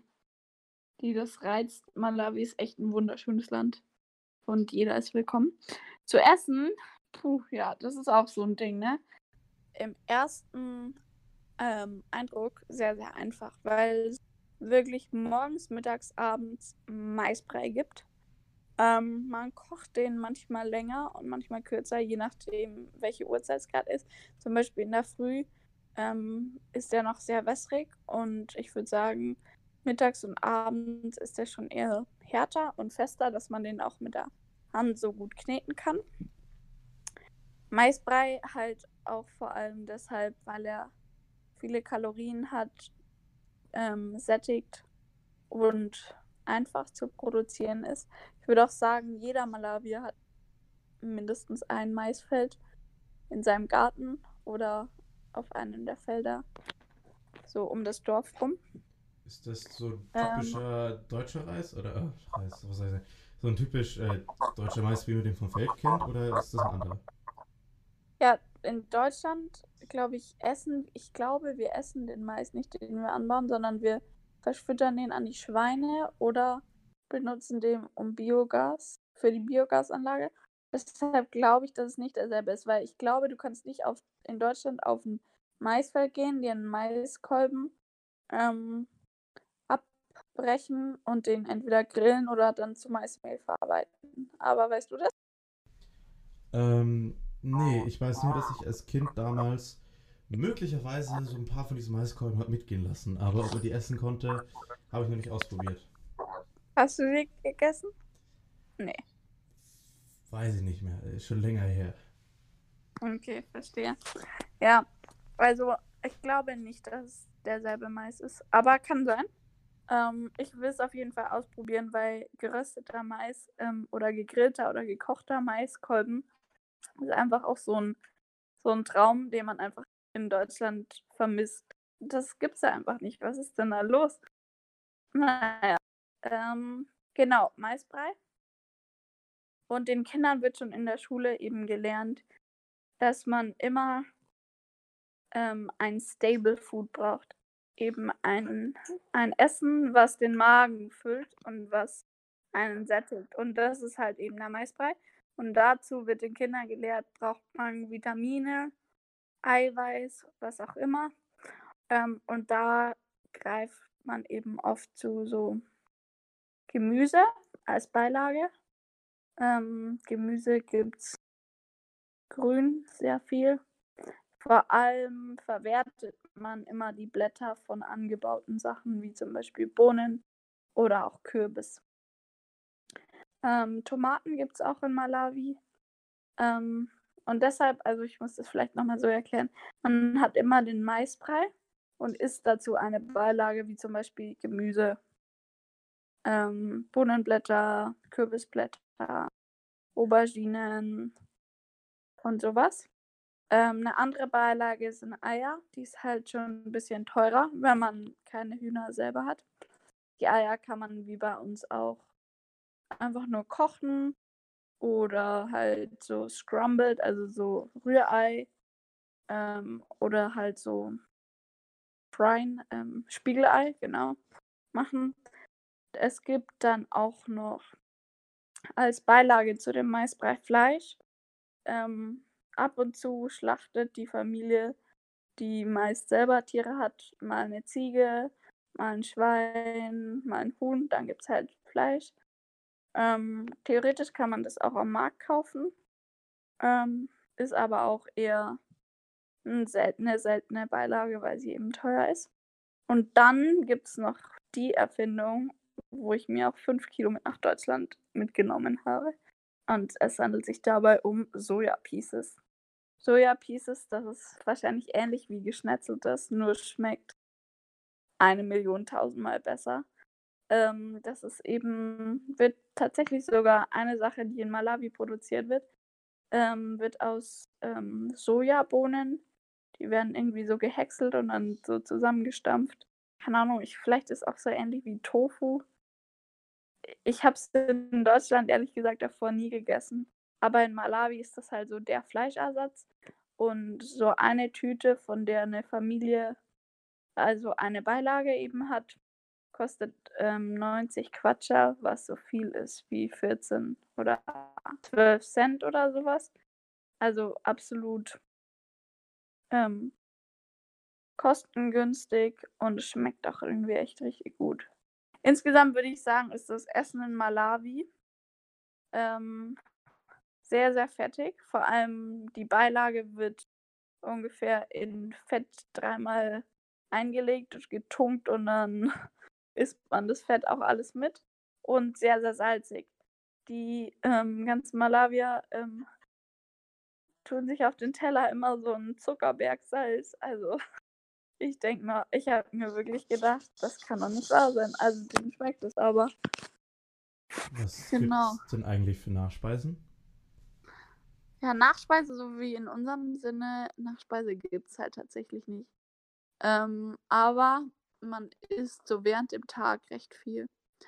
Speaker 2: die das reizt. Malawi ist echt ein wunderschönes Land und jeder ist willkommen. Zu essen, puh, ja, das ist auch so ein Ding, ne? Im ersten, Eindruck sehr, sehr einfach, weil es wirklich morgens, mittags, abends Maisbrei gibt. Man kocht den manchmal länger und manchmal kürzer, je nachdem, welche Uhrzeit es grad ist. Zum Beispiel in der Früh, ist der noch sehr wässrig und ich würde sagen, mittags und abends ist der schon eher härter und fester, dass man den auch mit der Hand so gut kneten kann. Maisbrei halt auch vor allem deshalb, weil er viele Kalorien hat, sättigt und einfach zu produzieren ist. Ich würde auch sagen, jeder Malawier hat mindestens ein Maisfeld in seinem Garten oder auf einem der Felder, so um das Dorf rum.
Speaker 1: Ist das so
Speaker 2: Ähm,
Speaker 1: typischer deutscher Reis? Oder Reis, was soll ich sagen? So ein typisch deutscher Mais, wie man den vom Feld kennt? Oder ist das ein anderer?
Speaker 2: ja, in Deutschland, ich glaube, wir essen den Mais nicht, den wir anbauen, sondern wir verfüttern den an die Schweine oder benutzen den für die Biogasanlage. Deshalb glaube ich, dass es nicht derselbe ist, weil ich glaube, du kannst nicht in Deutschland auf ein Maisfeld gehen, dir einen Maiskolben ähm, abbrechen und den entweder grillen oder dann zu Maismehl verarbeiten. Aber weißt du das?
Speaker 1: Nee, ich weiß nur, dass ich als Kind damals möglicherweise so ein paar von diesen Maiskolben hat mitgehen lassen. Aber ob man die essen konnte, habe ich noch nicht ausprobiert.
Speaker 2: Hast du die gegessen? Nee.
Speaker 1: Weiß ich nicht mehr. Ist schon länger her.
Speaker 2: Okay, verstehe. Ja, also ich glaube nicht, dass es derselbe Mais ist, aber kann sein. Ich will es auf jeden Fall ausprobieren, weil gerösteter Mais oder gegrillter oder gekochter Maiskolben ist einfach auch so ein Traum, den man einfach in Deutschland vermisst. Das gibt's ja einfach nicht. Was ist denn da los? Naja, genau, Maisbrei. Und den Kindern wird schon in der Schule eben gelernt, dass man immer ein Stable Food braucht. Eben ein Essen, was den Magen füllt und was einen sättigt. Und das ist halt eben der Maisbrei. Und dazu wird den Kindern gelehrt, braucht man Vitamine, Eiweiß, was auch immer. Und da greift man eben oft zu so Gemüse als Beilage. Gemüse gibt's grün sehr viel. Vor allem verwertet man immer die Blätter von angebauten Sachen, wie zum Beispiel Bohnen oder auch Kürbis. Tomaten gibt es auch in Malawi. Ähm, und deshalb, also ich muss das vielleicht nochmal so erklären, man hat immer den Maisbrei und isst dazu eine Beilage, wie zum Beispiel Gemüse, Bohnenblätter, Kürbisblätter, Auberginen und sowas. 'Ne andere Beilage sind Eier, die ist halt schon 'n bisschen teurer, wenn man keine Hühner selber hat. Die Eier kann man wie bei uns auch einfach nur kochen oder halt so scrambled, also so Rührei, oder halt so brine, Spiegelei, genau, machen. Es gibt dann auch noch als Beilage zu dem Maisbrei Fleisch. Ab und zu schlachtet die Familie, die meist selber Tiere hat, mal eine Ziege, mal ein Schwein, mal ein Huhn, dann gibt's halt Fleisch. Theoretisch kann man das auch am Markt kaufen, ist aber auch eher 'ne seltene Beilage, weil sie eben teuer ist. Und dann gibt's noch die Erfindung, wo ich mir auch 5 Kilo mit nach Deutschland mitgenommen habe. Und es handelt sich dabei um Soja-Pieces. Soja-Pieces, das ist wahrscheinlich ähnlich wie Geschnetzeltes, nur schmeckt 1.000.000 tausendmal besser. Das ist eben wird tatsächlich sogar eine Sache, die in Malawi produziert wird aus, Sojabohnen. Die werden irgendwie so gehäckselt und dann so zusammengestampft. Keine Ahnung, vielleicht ist auch so ähnlich wie Tofu. Ich habe es in Deutschland ehrlich gesagt davor nie gegessen, aber in Malawi ist das halt so der Fleischersatz und so eine Tüte, von der eine Familie also eine Beilage eben hat, kostet, 90 Kwacha, was so viel ist wie 14 oder 12 Cent oder sowas. Also absolut, ähm, kostengünstig und es schmeckt auch irgendwie echt richtig gut. Insgesamt würde ich sagen, ist das Essen in Malawi, ähm, sehr, sehr fettig. Vor allem die Beilage wird ungefähr in Fett dreimal eingelegt und getunkt und dann isst man das Fett auch alles mit und sehr, sehr salzig. Die, ganzen Malawier, tun sich auf den Teller immer so 'n Zuckerberg Salz. Also, ich habe mir wirklich gedacht: „Das kann doch nicht wahr sein.“ Also, denen schmeckt es aber.
Speaker 1: Was
Speaker 2: Genau.
Speaker 1: gibt's denn eigentlich für Nachspeisen?
Speaker 2: Ja, Nachspeise, so wie in unserem Sinne, Nachspeise gibt's halt tatsächlich nicht. Aber man isst so während dem Tag recht viel.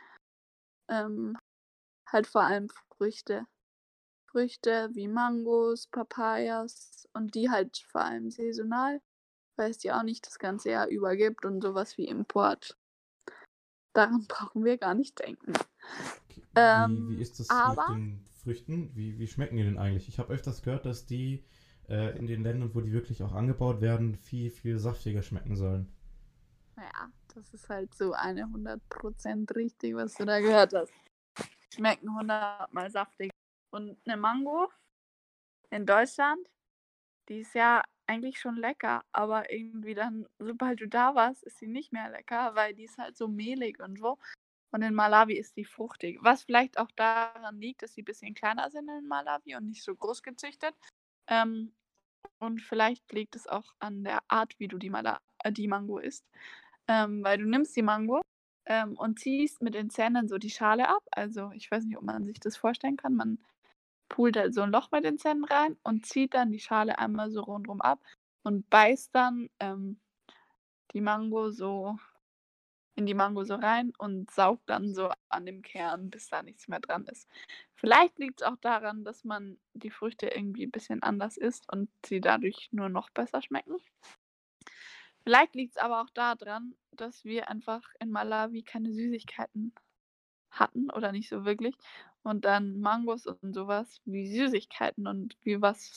Speaker 2: Ähm, halt vor allem Früchte. Früchte wie Mangos, Papayas und die halt vor allem saisonal, weil es die auch nicht das ganze Jahr über gibt und sowas wie Import. Daran brauchen wir gar nicht denken.
Speaker 1: Okay, wie
Speaker 2: Ähm,
Speaker 1: ist das mit
Speaker 2: aber
Speaker 1: den Früchten? Wie schmecken die denn eigentlich? Ich habe öfters gehört, dass die in den Ländern, wo die wirklich auch angebaut werden, viel, viel saftiger schmecken sollen.
Speaker 2: ja, das ist halt so 100% richtig, was du da gehört hast. Schmecken hundertmal saftiger. Und eine Mango in Deutschland, die ist ja eigentlich schon lecker, aber irgendwie dann, sobald du da warst, ist sie nicht mehr lecker, weil die ist halt so mehlig und so. Und in Malawi ist die fruchtig. Was vielleicht auch daran liegt, dass sie ein bisschen kleiner sind in Malawi und nicht so groß gezüchtet. Ähm, und vielleicht liegt es auch an der Art, wie du die Mango isst. Weil du nimmst die Mango, und ziehst mit den Zähnen so die Schale ab. Also, ich weiß nicht, ob man sich das vorstellen kann. Man pult halt so 'n Loch mit den Zähnen rein und zieht dann die Schale einmal so rundrum ab und beißt dann, die Mango so in die Mango so rein und saugt dann so an dem Kern, bis da nichts mehr dran ist. Vielleicht liegt's auch daran, dass man die Früchte irgendwie 'n bisschen anders isst und sie dadurch nur noch besser schmecken. Vielleicht liegt's aber auch da dran, dass wir einfach in Malawi keine Süßigkeiten hatten oder nicht so wirklich und dann Mangos und so was wie Süßigkeiten und wie was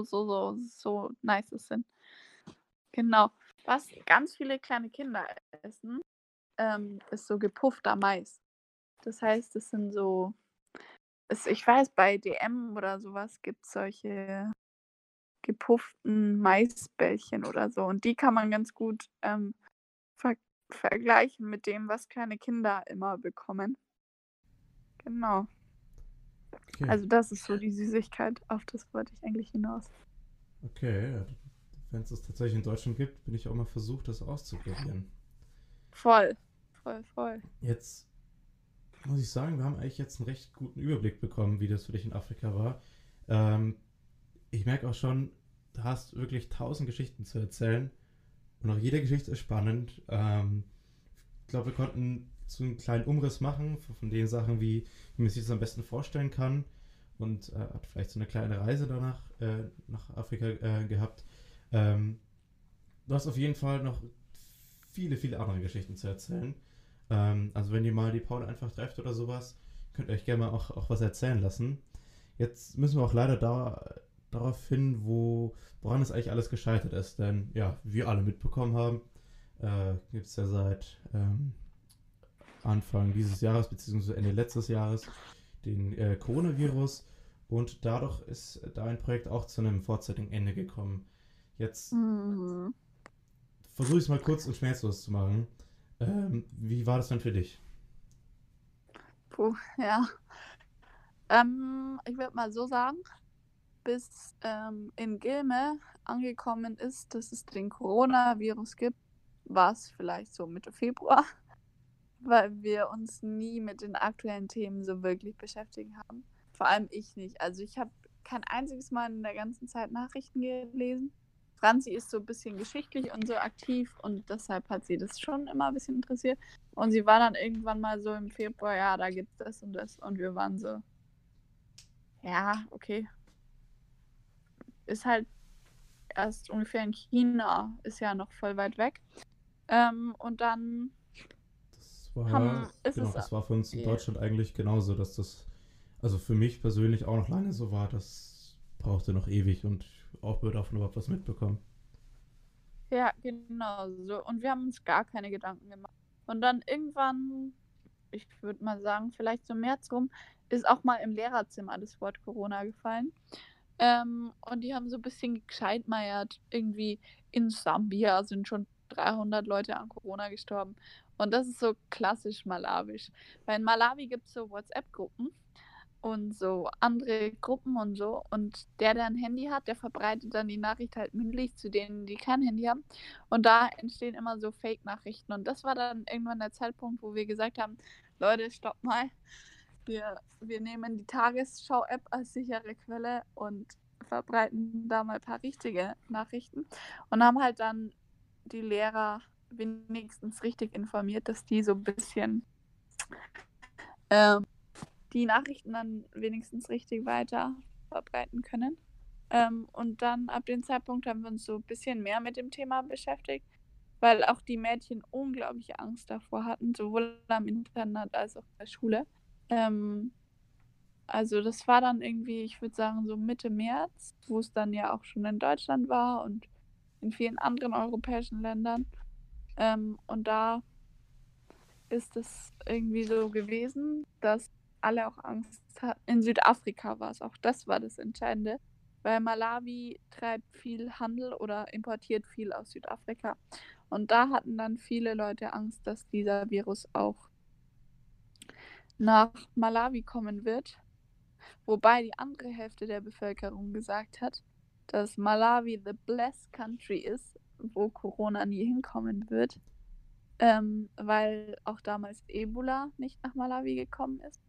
Speaker 2: so Nices sind. Genau. Was ganz viele kleine Kinder essen, ist so gepuffter Mais. Das heißt, das sind so ich weiß, bei DM oder so was gibt's solche gepufften Maisbällchen oder so und die kann man ganz gut, ver vergleichen mit dem, was kleine Kinder immer bekommen. Genau.
Speaker 1: Okay,
Speaker 2: Also, das ist so die Süßigkeit, auf das wollte ich eigentlich hinaus.
Speaker 1: okay. Ja, wenn es das tatsächlich in Deutschland gibt, bin ich auch mal versucht, das auszuprobieren.
Speaker 2: Voll, voll, voll.
Speaker 1: Jetzt muss ich sagen, wir haben eigentlich jetzt einen recht guten Überblick bekommen, wie das für dich in Afrika war. Ähm, ich merke auch schon, du hast wirklich 1000 Geschichten zu erzählen und auch jede Geschichte ist spannend. Ich glaube, wir konnten so einen kleinen Umriss machen von den Sachen, wie man sich das am besten vorstellen kann und hat vielleicht so eine kleine Reise danach nach Afrika gehabt. Ähm, du hast auf jeden Fall noch viele, viele andere Geschichten zu erzählen. Also wenn ihr mal die Paul einfach trefft oder sowas, könnt ihr euch gerne mal auch was erzählen lassen. Jetzt müssen wir auch leider darauf hin, woran es eigentlich alles gescheitert ist. Denn ja, wie wir alle mitbekommen haben, gibt es ja seit Anfang dieses Jahres bzw. Ende letztes Jahres den Coronavirus und dadurch ist dein Projekt auch zu einem vorzeitigen Ende gekommen. Jetzt
Speaker 2: Mhm.
Speaker 1: versuche ich es mal kurz und schmerzlos zu machen. Wie war das denn für dich?
Speaker 2: Puh, ja. Ich würde mal so sagen, bis, in Gilme angekommen ist, dass es den Coronavirus gibt, war's vielleicht so Mitte Februar, weil wir uns nie mit den aktuellen Themen so wirklich beschäftigt haben. Vor allem ich nicht. Also, ich habe kein einziges Mal in der ganzen Zeit Nachrichten gelesen. Franzi ist so ein bisschen geschichtlich und so aktiv und deshalb hat sie das schon immer ein bisschen interessiert. Und sie war dann irgendwann mal so im Februar: „Ja, da gibt's das und das.“ Und wir waren so: „Ja, okay, ist halt erst ungefähr in China, ist ja noch voll weit weg.“ und dann
Speaker 1: Das war,
Speaker 2: haben ist
Speaker 1: genau,
Speaker 2: es
Speaker 1: das war für uns in
Speaker 2: ja,
Speaker 1: Deutschland eigentlich genauso, dass das, also für mich persönlich auch noch lange so war, das brauchte noch ewig und auch wir davon überhaupt was mitbekommen.
Speaker 2: ja, genau so. Und wir haben uns gar keine Gedanken gemacht. Und dann irgendwann, ich würde mal sagen, vielleicht so März rum, ist auch mal im Lehrerzimmer das Wort Corona gefallen. Und die haben so ein bisschen gescheitmeiert. Irgendwie in Sambia sind schon 300 Leute an Corona gestorben Und das ist so klassisch malawisch. Weil in Malawi gibt es so WhatsApp-Gruppen und so andere Gruppen und so. Und der ein Handy hat, der verbreitet dann die Nachricht halt mündlich zu denen, die kein Handy haben. Und da entstehen immer so Fake-Nachrichten. Und das war dann irgendwann der Zeitpunkt, wo wir gesagt haben, Leute, stopp mal. Wir nehmen die Tagesschau-App als sichere Quelle und verbreiten da mal ein paar richtige Nachrichten. Und haben halt dann die Lehrer wenigstens richtig informiert, dass die so ein bisschen die Nachrichten dann wenigstens richtig weiter verbreiten können. Und dann ab dem Zeitpunkt haben wir uns so ein bisschen mehr mit dem Thema beschäftigt, weil auch die Mädchen unglaubliche Angst davor hatten, sowohl am Internat als auch in der Schule. Also das war dann irgendwie, ich würde sagen, so Mitte März, wo es dann ja auch schon in Deutschland war und in vielen anderen europäischen Ländern. Und da ist es irgendwie so gewesen, dass alle auch Angst hatten. In Südafrika war es auch. Das war das Entscheidende, weil Malawi treibt viel Handel oder importiert viel aus Südafrika. Und da hatten dann viele Leute Angst, dass dieser Virus auch nach Malawi kommen wird. Wobei die andere Hälfte der Bevölkerung gesagt hat, dass Malawi the blessed country ist, wo Corona nie hinkommen wird. Weil auch damals Ebola nicht nach Malawi gekommen ist.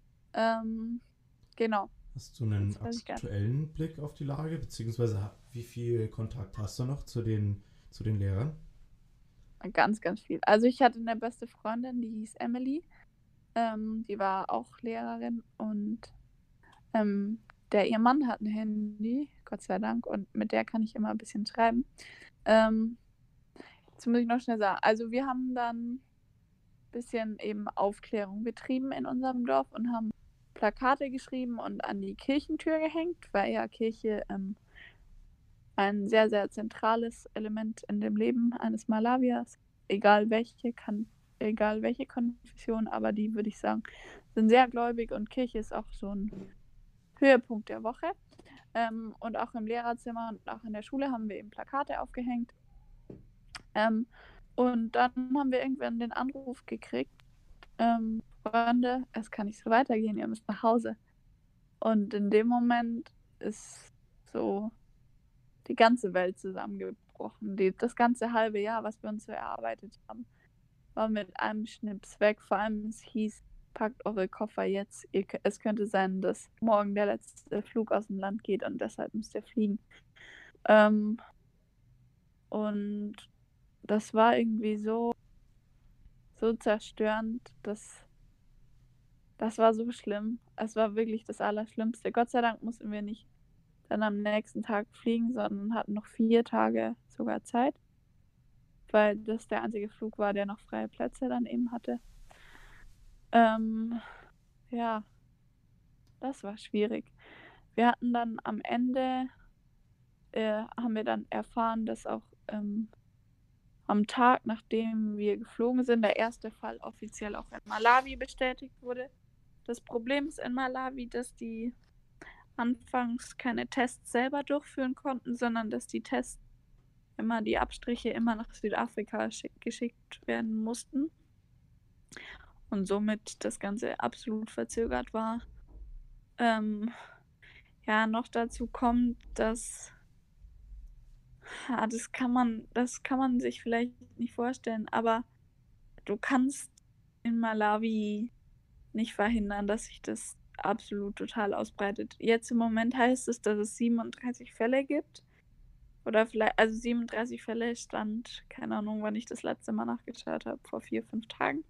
Speaker 2: Genau.
Speaker 1: Hast du einen aktuellen Blick auf die Lage, beziehungsweise wie viel Kontakt hast du noch zu den Lehrern?
Speaker 2: Ganz, ganz viel. Also ich hatte eine beste Freundin, die hieß Emily. Die war auch Lehrerin und ihr Mann hat ein Handy, Gott sei Dank, und mit der kann ich immer ein bisschen schreiben. Jetzt muss ich noch schnell sagen. Also wir haben dann ein bisschen eben Aufklärung betrieben in unserem Dorf und haben Plakate geschrieben und an die Kirchentür gehängt, weil ja Kirche ein sehr, sehr zentrales Element in dem Leben eines Malawiers, egal welche Konfession, aber die, würde ich sagen, sind sehr gläubig und Kirche ist auch so ein Höhepunkt der Woche. Und auch im Lehrerzimmer und auch in der Schule haben wir eben Plakate aufgehängt. Und dann haben wir irgendwann den Anruf gekriegt, Freunde, es kann nicht so weitergehen, ihr müsst nach Hause. Und in dem Moment ist so die ganze Welt zusammengebrochen. Das ganze halbe Jahr, was wir uns so erarbeitet haben, war mit einem Schnips weg. Vor allem es hieß, packt eure Koffer jetzt. Es könnte sein, dass morgen der letzte Flug aus dem Land geht und deshalb müsst ihr fliegen. Und das war irgendwie so zerstörend, das war so schlimm. Es war wirklich das Allerschlimmste. Gott sei Dank mussten wir nicht dann am nächsten Tag fliegen, sondern hatten noch 4 Tage sogar Zeit, weil das der einzige Flug war, der noch freie Plätze dann eben hatte. Ja, das war schwierig. Wir hatten dann am Ende, haben wir dann erfahren, dass auch am Tag, nachdem wir geflogen sind, der erste Fall offiziell auch in Malawi bestätigt wurde. Das Problem ist in Malawi, dass die anfangs keine Tests selber durchführen konnten, sondern dass die Tests die Abstriche immer nach Südafrika geschickt werden mussten. Und somit das Ganze absolut verzögert war. Ja, noch dazu kommt, dass das kann man sich vielleicht nicht vorstellen, aber du kannst in Malawi nicht verhindern, dass sich das absolut total ausbreitet. Jetzt im Moment heißt es, dass es 37 Fälle gibt. Oder vielleicht, also 37 Fälle stand, keine Ahnung, wann ich das letzte Mal nachgeschaut habe, vor 4, 5 Tagen.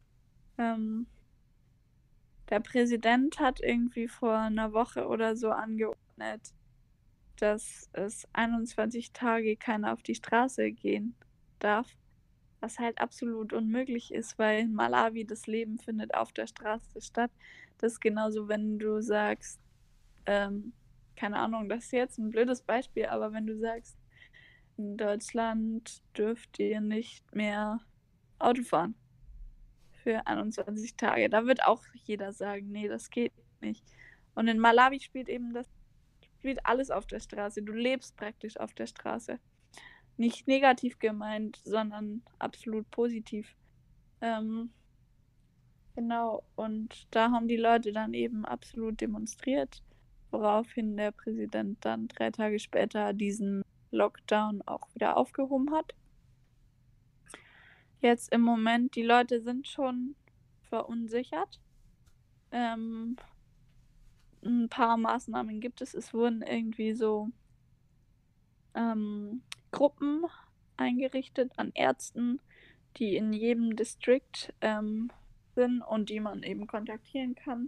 Speaker 2: Der Präsident hat irgendwie vor einer Woche oder so angeordnet, dass es 21 Tage keiner auf die Straße gehen darf, was halt absolut unmöglich ist, weil in Malawi das Leben findet auf der Straße statt. Das ist genauso, wenn du sagst, keine Ahnung, das ist jetzt ein blödes Beispiel, aber wenn du sagst, in Deutschland dürft ihr nicht mehr Auto fahren für 21 Tage. Da wird auch jeder sagen, nee, das geht nicht. Und in Malawi spielt alles auf der Straße. Du lebst praktisch auf der Straße. Nicht negativ gemeint, sondern absolut positiv. Ähm, genau, und da haben die Leute dann eben absolut demonstriert, woraufhin der Präsident dann 3 Tage später diesen Lockdown auch wieder aufgehoben hat. Jetzt im Moment, die Leute sind schon verunsichert. Ähm, 'N paar Maßnahmen gibt es. Es wurden irgendwie so, Gruppen eingerichtet an Ärzten, die in jedem District, sind und die man eben kontaktieren kann.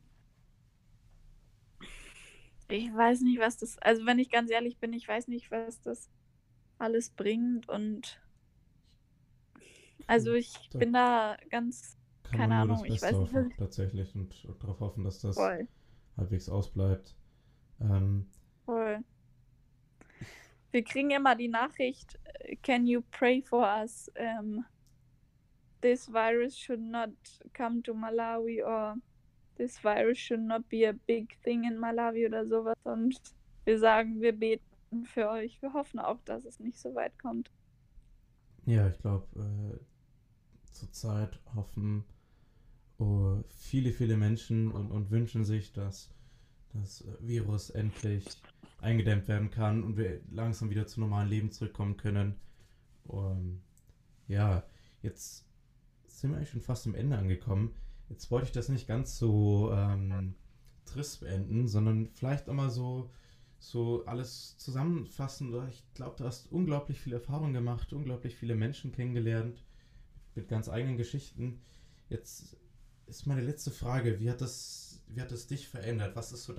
Speaker 2: Ich weiß nicht, was das also, wenn ich ganz ehrlich bin, ich weiß nicht, was das alles bringt und also, ich
Speaker 1: Da
Speaker 2: bin da ganz
Speaker 1: kann
Speaker 2: keine
Speaker 1: man nur das
Speaker 2: Ahnung, ich
Speaker 1: Beste
Speaker 2: weiß nicht, was
Speaker 1: hoffen,
Speaker 2: ich
Speaker 1: tatsächlich, und darauf hoffen, dass das
Speaker 2: voll,
Speaker 1: halbwegs ausbleibt. Ähm,
Speaker 2: voll.
Speaker 1: ich
Speaker 2: Wir kriegen immer die Nachricht: „Can you pray for us? This virus should not come to Malawi" or „This virus should not be a big thing in Malawi" oder sowas. Und wir sagen, wir beten für euch. Wir hoffen auch, dass es nicht so weit kommt.
Speaker 1: ja, ich glaube, zurzeit hoffen viele, viele Menschen und wünschen sich, dass das Virus endlich eingedämmt werden kann und wir langsam wieder zu normalen Leben zurückkommen können. Ja, jetzt sind wir eigentlich schon fast am Ende angekommen. Jetzt wollte ich das nicht ganz so trist beenden, sondern vielleicht auch mal so alles zusammenfassen. Ich glaube, du hast unglaublich viel Erfahrung gemacht, unglaublich viele Menschen kennengelernt mit ganz eigenen Geschichten. Jetzt ist meine letzte Frage, wie hat das dich verändert? Was ist so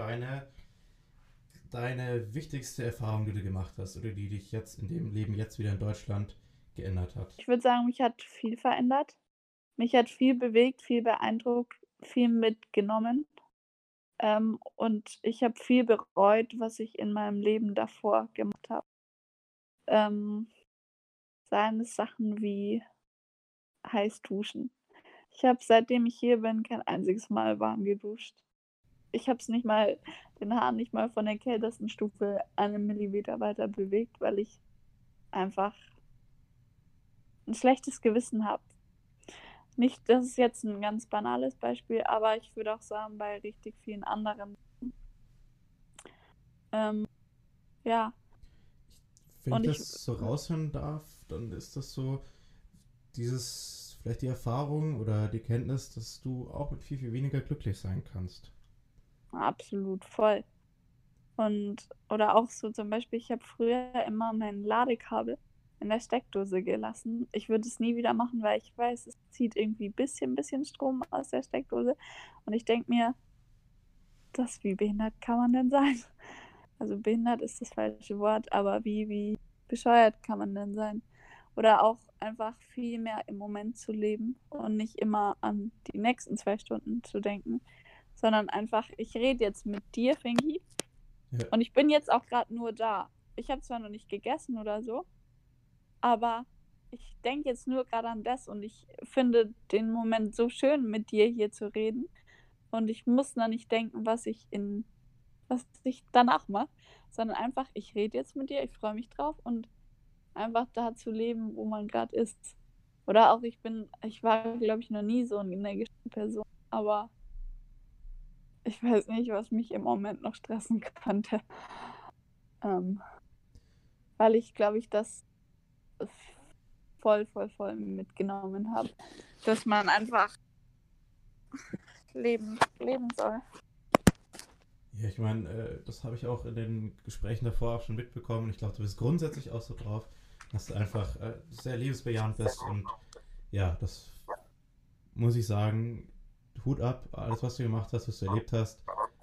Speaker 1: deine wichtigste Erfahrung, die du gemacht hast oder die dich jetzt in dem Leben jetzt wieder in Deutschland geändert hat?
Speaker 2: Ich würde sagen, mich hat viel verändert. Mich hat viel bewegt, viel beeindruckt, viel mitgenommen. Und ich habe viel bereut, was ich in meinem Leben davor gemacht habe. Ähm, Seien es Sachen wie heiß duschen. Ich habe, seitdem ich hier bin, kein einziges Mal warm geduscht. Ich habe es nicht mal den Hahn nicht mal von der kältesten Stufe einen Millimeter weiter bewegt, weil ich einfach 'n schlechtes Gewissen habe. Nicht, das ist jetzt 'n ganz banales Beispiel, aber ich würde auch sagen, bei richtig vielen anderen. Ähm, ja,
Speaker 1: Wenn ich
Speaker 2: und ich
Speaker 1: das so raushören darf, dann ist das so vielleicht die Erfahrung oder die Kenntnis, dass du auch mit viel, viel weniger glücklich sein kannst.
Speaker 2: absolut voll. Und oder auch so zum Beispiel, ich habe früher immer mein Ladekabel in der Steckdose gelassen. Ich würde es nie wieder machen, weil ich weiß, es zieht irgendwie bisschen Strom aus der Steckdose. Und ich denke mir: „Das wie behindert kann man denn sein?" Also, behindert ist das falsche Wort, aber wie bescheuert kann man denn sein? Oder auch einfach viel mehr im Moment zu leben und nicht immer an die nächsten 2 Stunden zu denken, sondern einfach: „Ich rede jetzt mit dir, Fingi,
Speaker 1: Ja,
Speaker 2: und ich bin jetzt auch gerade nur da. Ich habe zwar noch nicht gegessen oder so, aber ich denke jetzt nur gerade an das und ich finde den Moment so schön, mit dir hier zu reden und ich muss noch nicht denken, was ich danach mache, sondern einfach, ich rede jetzt mit dir, ich freue mich drauf und einfach da zu leben, wo man gerade ist. Oder auch ich war, glaube ich, noch nie so 'ne energische Person, aber ich weiß nicht, was mich im Moment noch stressen könnte, ähm, weil ich, glaube ich, das voll mitgenommen habe, dass man einfach leben soll.
Speaker 1: ja, ich meine, das habe ich auch in den Gesprächen davor auch schon mitbekommen. Ich glaube, du bist grundsätzlich auch so drauf, dass du einfach sehr lebensbejahend bist und ja, das muss ich sagen, Hut ab, alles, was du gemacht hast, was du erlebt hast.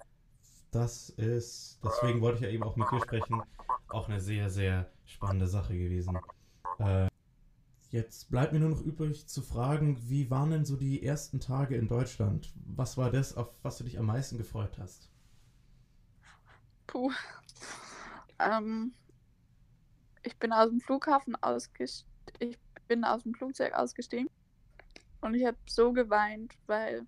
Speaker 1: Deswegen wollte ich ja eben auch mit dir sprechen, auch eine sehr, sehr spannende Sache gewesen. Jetzt bleibt mir nur noch übrig zu fragen, wie waren denn so die ersten Tage in Deutschland? Was war das, auf was du dich am meisten gefreut hast?
Speaker 2: Puh. Ähm, ich bin aus dem Flughafen ausgest ich bin aus dem Flugzeug ausgestiegen und ich habe so geweint, weil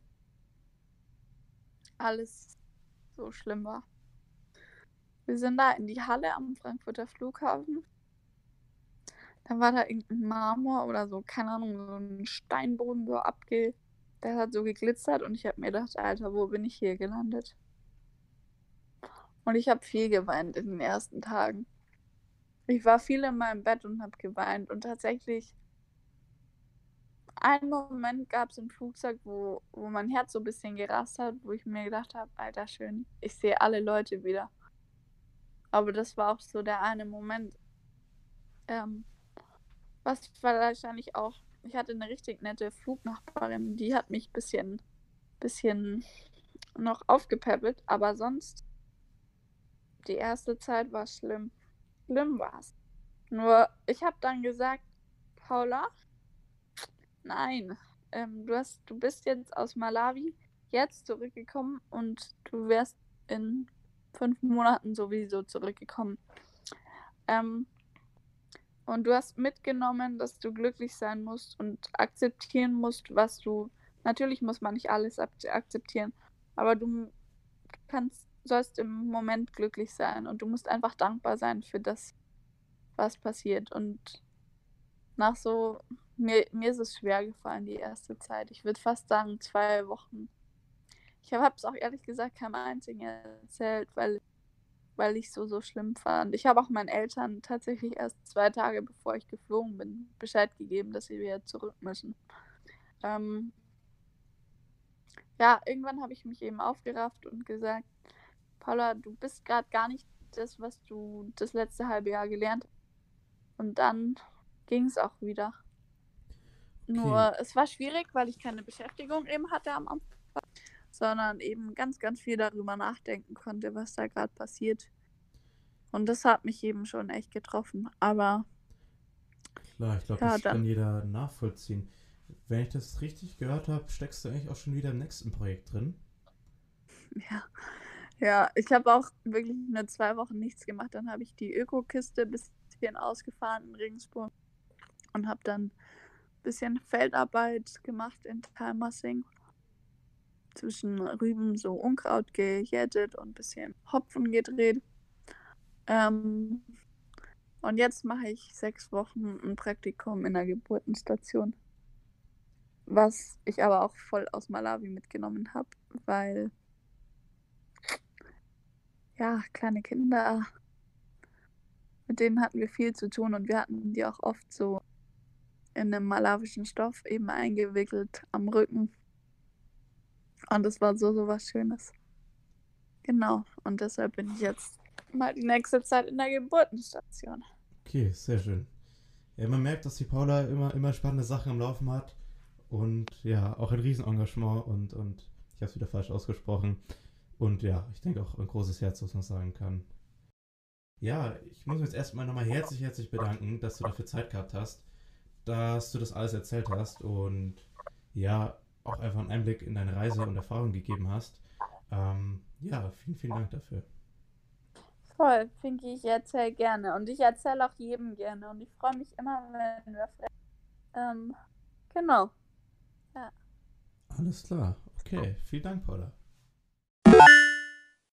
Speaker 2: alles so schlimm war. Wir sind da in die Halle am Frankfurter Flughafen. Dann war da irgendein Marmor oder so, keine Ahnung, so ein Steinboden so der hat so geglitzert und ich habe mir gedacht: „Alter, wo bin ich hier gelandet?“ Und ich habe viel geweint in den ersten Tagen. Ich war viel in meinem Bett und habe geweint und tatsächlich einen Moment gab's im Flugzeug, wo mein Herz so 'n bisschen gerast hat, wo ich mir gedacht habe: „Alter schön, ich sehe alle Leute wieder.“ Aber das war auch so der eine Moment, ähm, was wahrscheinlich auch ich hatte 'ne richtig nette Flugnachbarin, die hat mich bisschen noch aufgepäppelt, aber sonst die erste Zeit war schlimm. Schlimm war's. Nur ich habe dann gesagt: „Paula, nein, du bist jetzt aus Malawi jetzt zurückgekommen und du wärst in 5 Monaten sowieso zurückgekommen. Ähm, und du hast mitgenommen, dass du glücklich sein musst und akzeptieren musst, was du natürlich muss man nicht alles akzeptieren, aber du sollst im Moment glücklich sein und du musst einfach dankbar sein für das, was passiert.“ Und nach so mir ist es schwer gefallen die erste Zeit. Ich würde fast sagen 2 Wochen. Ich habe es auch ehrlich gesagt keinem einzigen erzählt, weil ich's so schlimm fand. Ich habe auch meinen Eltern tatsächlich erst 2 Tage, bevor ich geflogen bin, Bescheid gegeben, dass sie wieder zurück müssen. Ähm, ja, irgendwann habe ich mich eben aufgerafft und gesagt: „Paula, du bist grad gar nicht das, was du das letzte halbe Jahr gelernt“, und dann ging's auch wieder.
Speaker 1: Okay,
Speaker 2: Nur es war schwierig, weil ich keine Beschäftigung eben hatte am Anfang, sondern eben ganz, ganz viel darüber nachdenken konnte, was da grad passiert. Und das hat mich eben schon echt getroffen. Aber
Speaker 1: klar, ich glaube,
Speaker 2: ja,
Speaker 1: das
Speaker 2: dann
Speaker 1: kann jeder nachvollziehen. Wenn ich das richtig gehört habe, steckst du eigentlich auch schon wieder im nächsten Projekt drin.
Speaker 2: ja, ja, ich habe auch wirklich nur 2 Wochen nichts gemacht. Dann habe ich die Ökokiste bisschen ausgefahren in Regensburg und habe dann bisschen Feldarbeit gemacht in Thalmassing. Zwischen Rüben so Unkraut gejätet und bisschen Hopfen gedreht. Ähm, und jetzt mache ich 6 Wochen 'n Praktikum in der Geburtenstation, was ich aber auch voll aus Malawi mitgenommen habe, weil, ja, kleine Kinder, mit denen hatten wir viel zu tun und wir hatten die auch oft so in 'nem malawischen Stoff eben eingewickelt am Rücken und das war so was Schönes. Genau, und deshalb bin ich jetzt mal die nächste Zeit in der Geburtenstation.
Speaker 1: Okay, sehr schön. Ja, man merkt, dass die Paula immer spannende Sachen am Laufen hat und ja, auch ein Riesenengagement und ich habe es wieder falsch ausgesprochen. Und ja, ich denke auch ein großes Herz, was man sagen kann. Ja, ich muss mich jetzt erstmal nochmal herzlich bedanken, dass du dafür Zeit gehabt hast, dass du das alles erzählt hast und ja, auch einfach einen Einblick in deine Reise und Erfahrung gegeben hast. Ja, vielen Dank dafür.
Speaker 2: Voll, Pinky, ich erzähle gerne und ich erzähle auch jedem gerne und ich freue mich immer, wenn wir genau, ja.
Speaker 1: Alles klar. Okay, vielen Dank, Paula.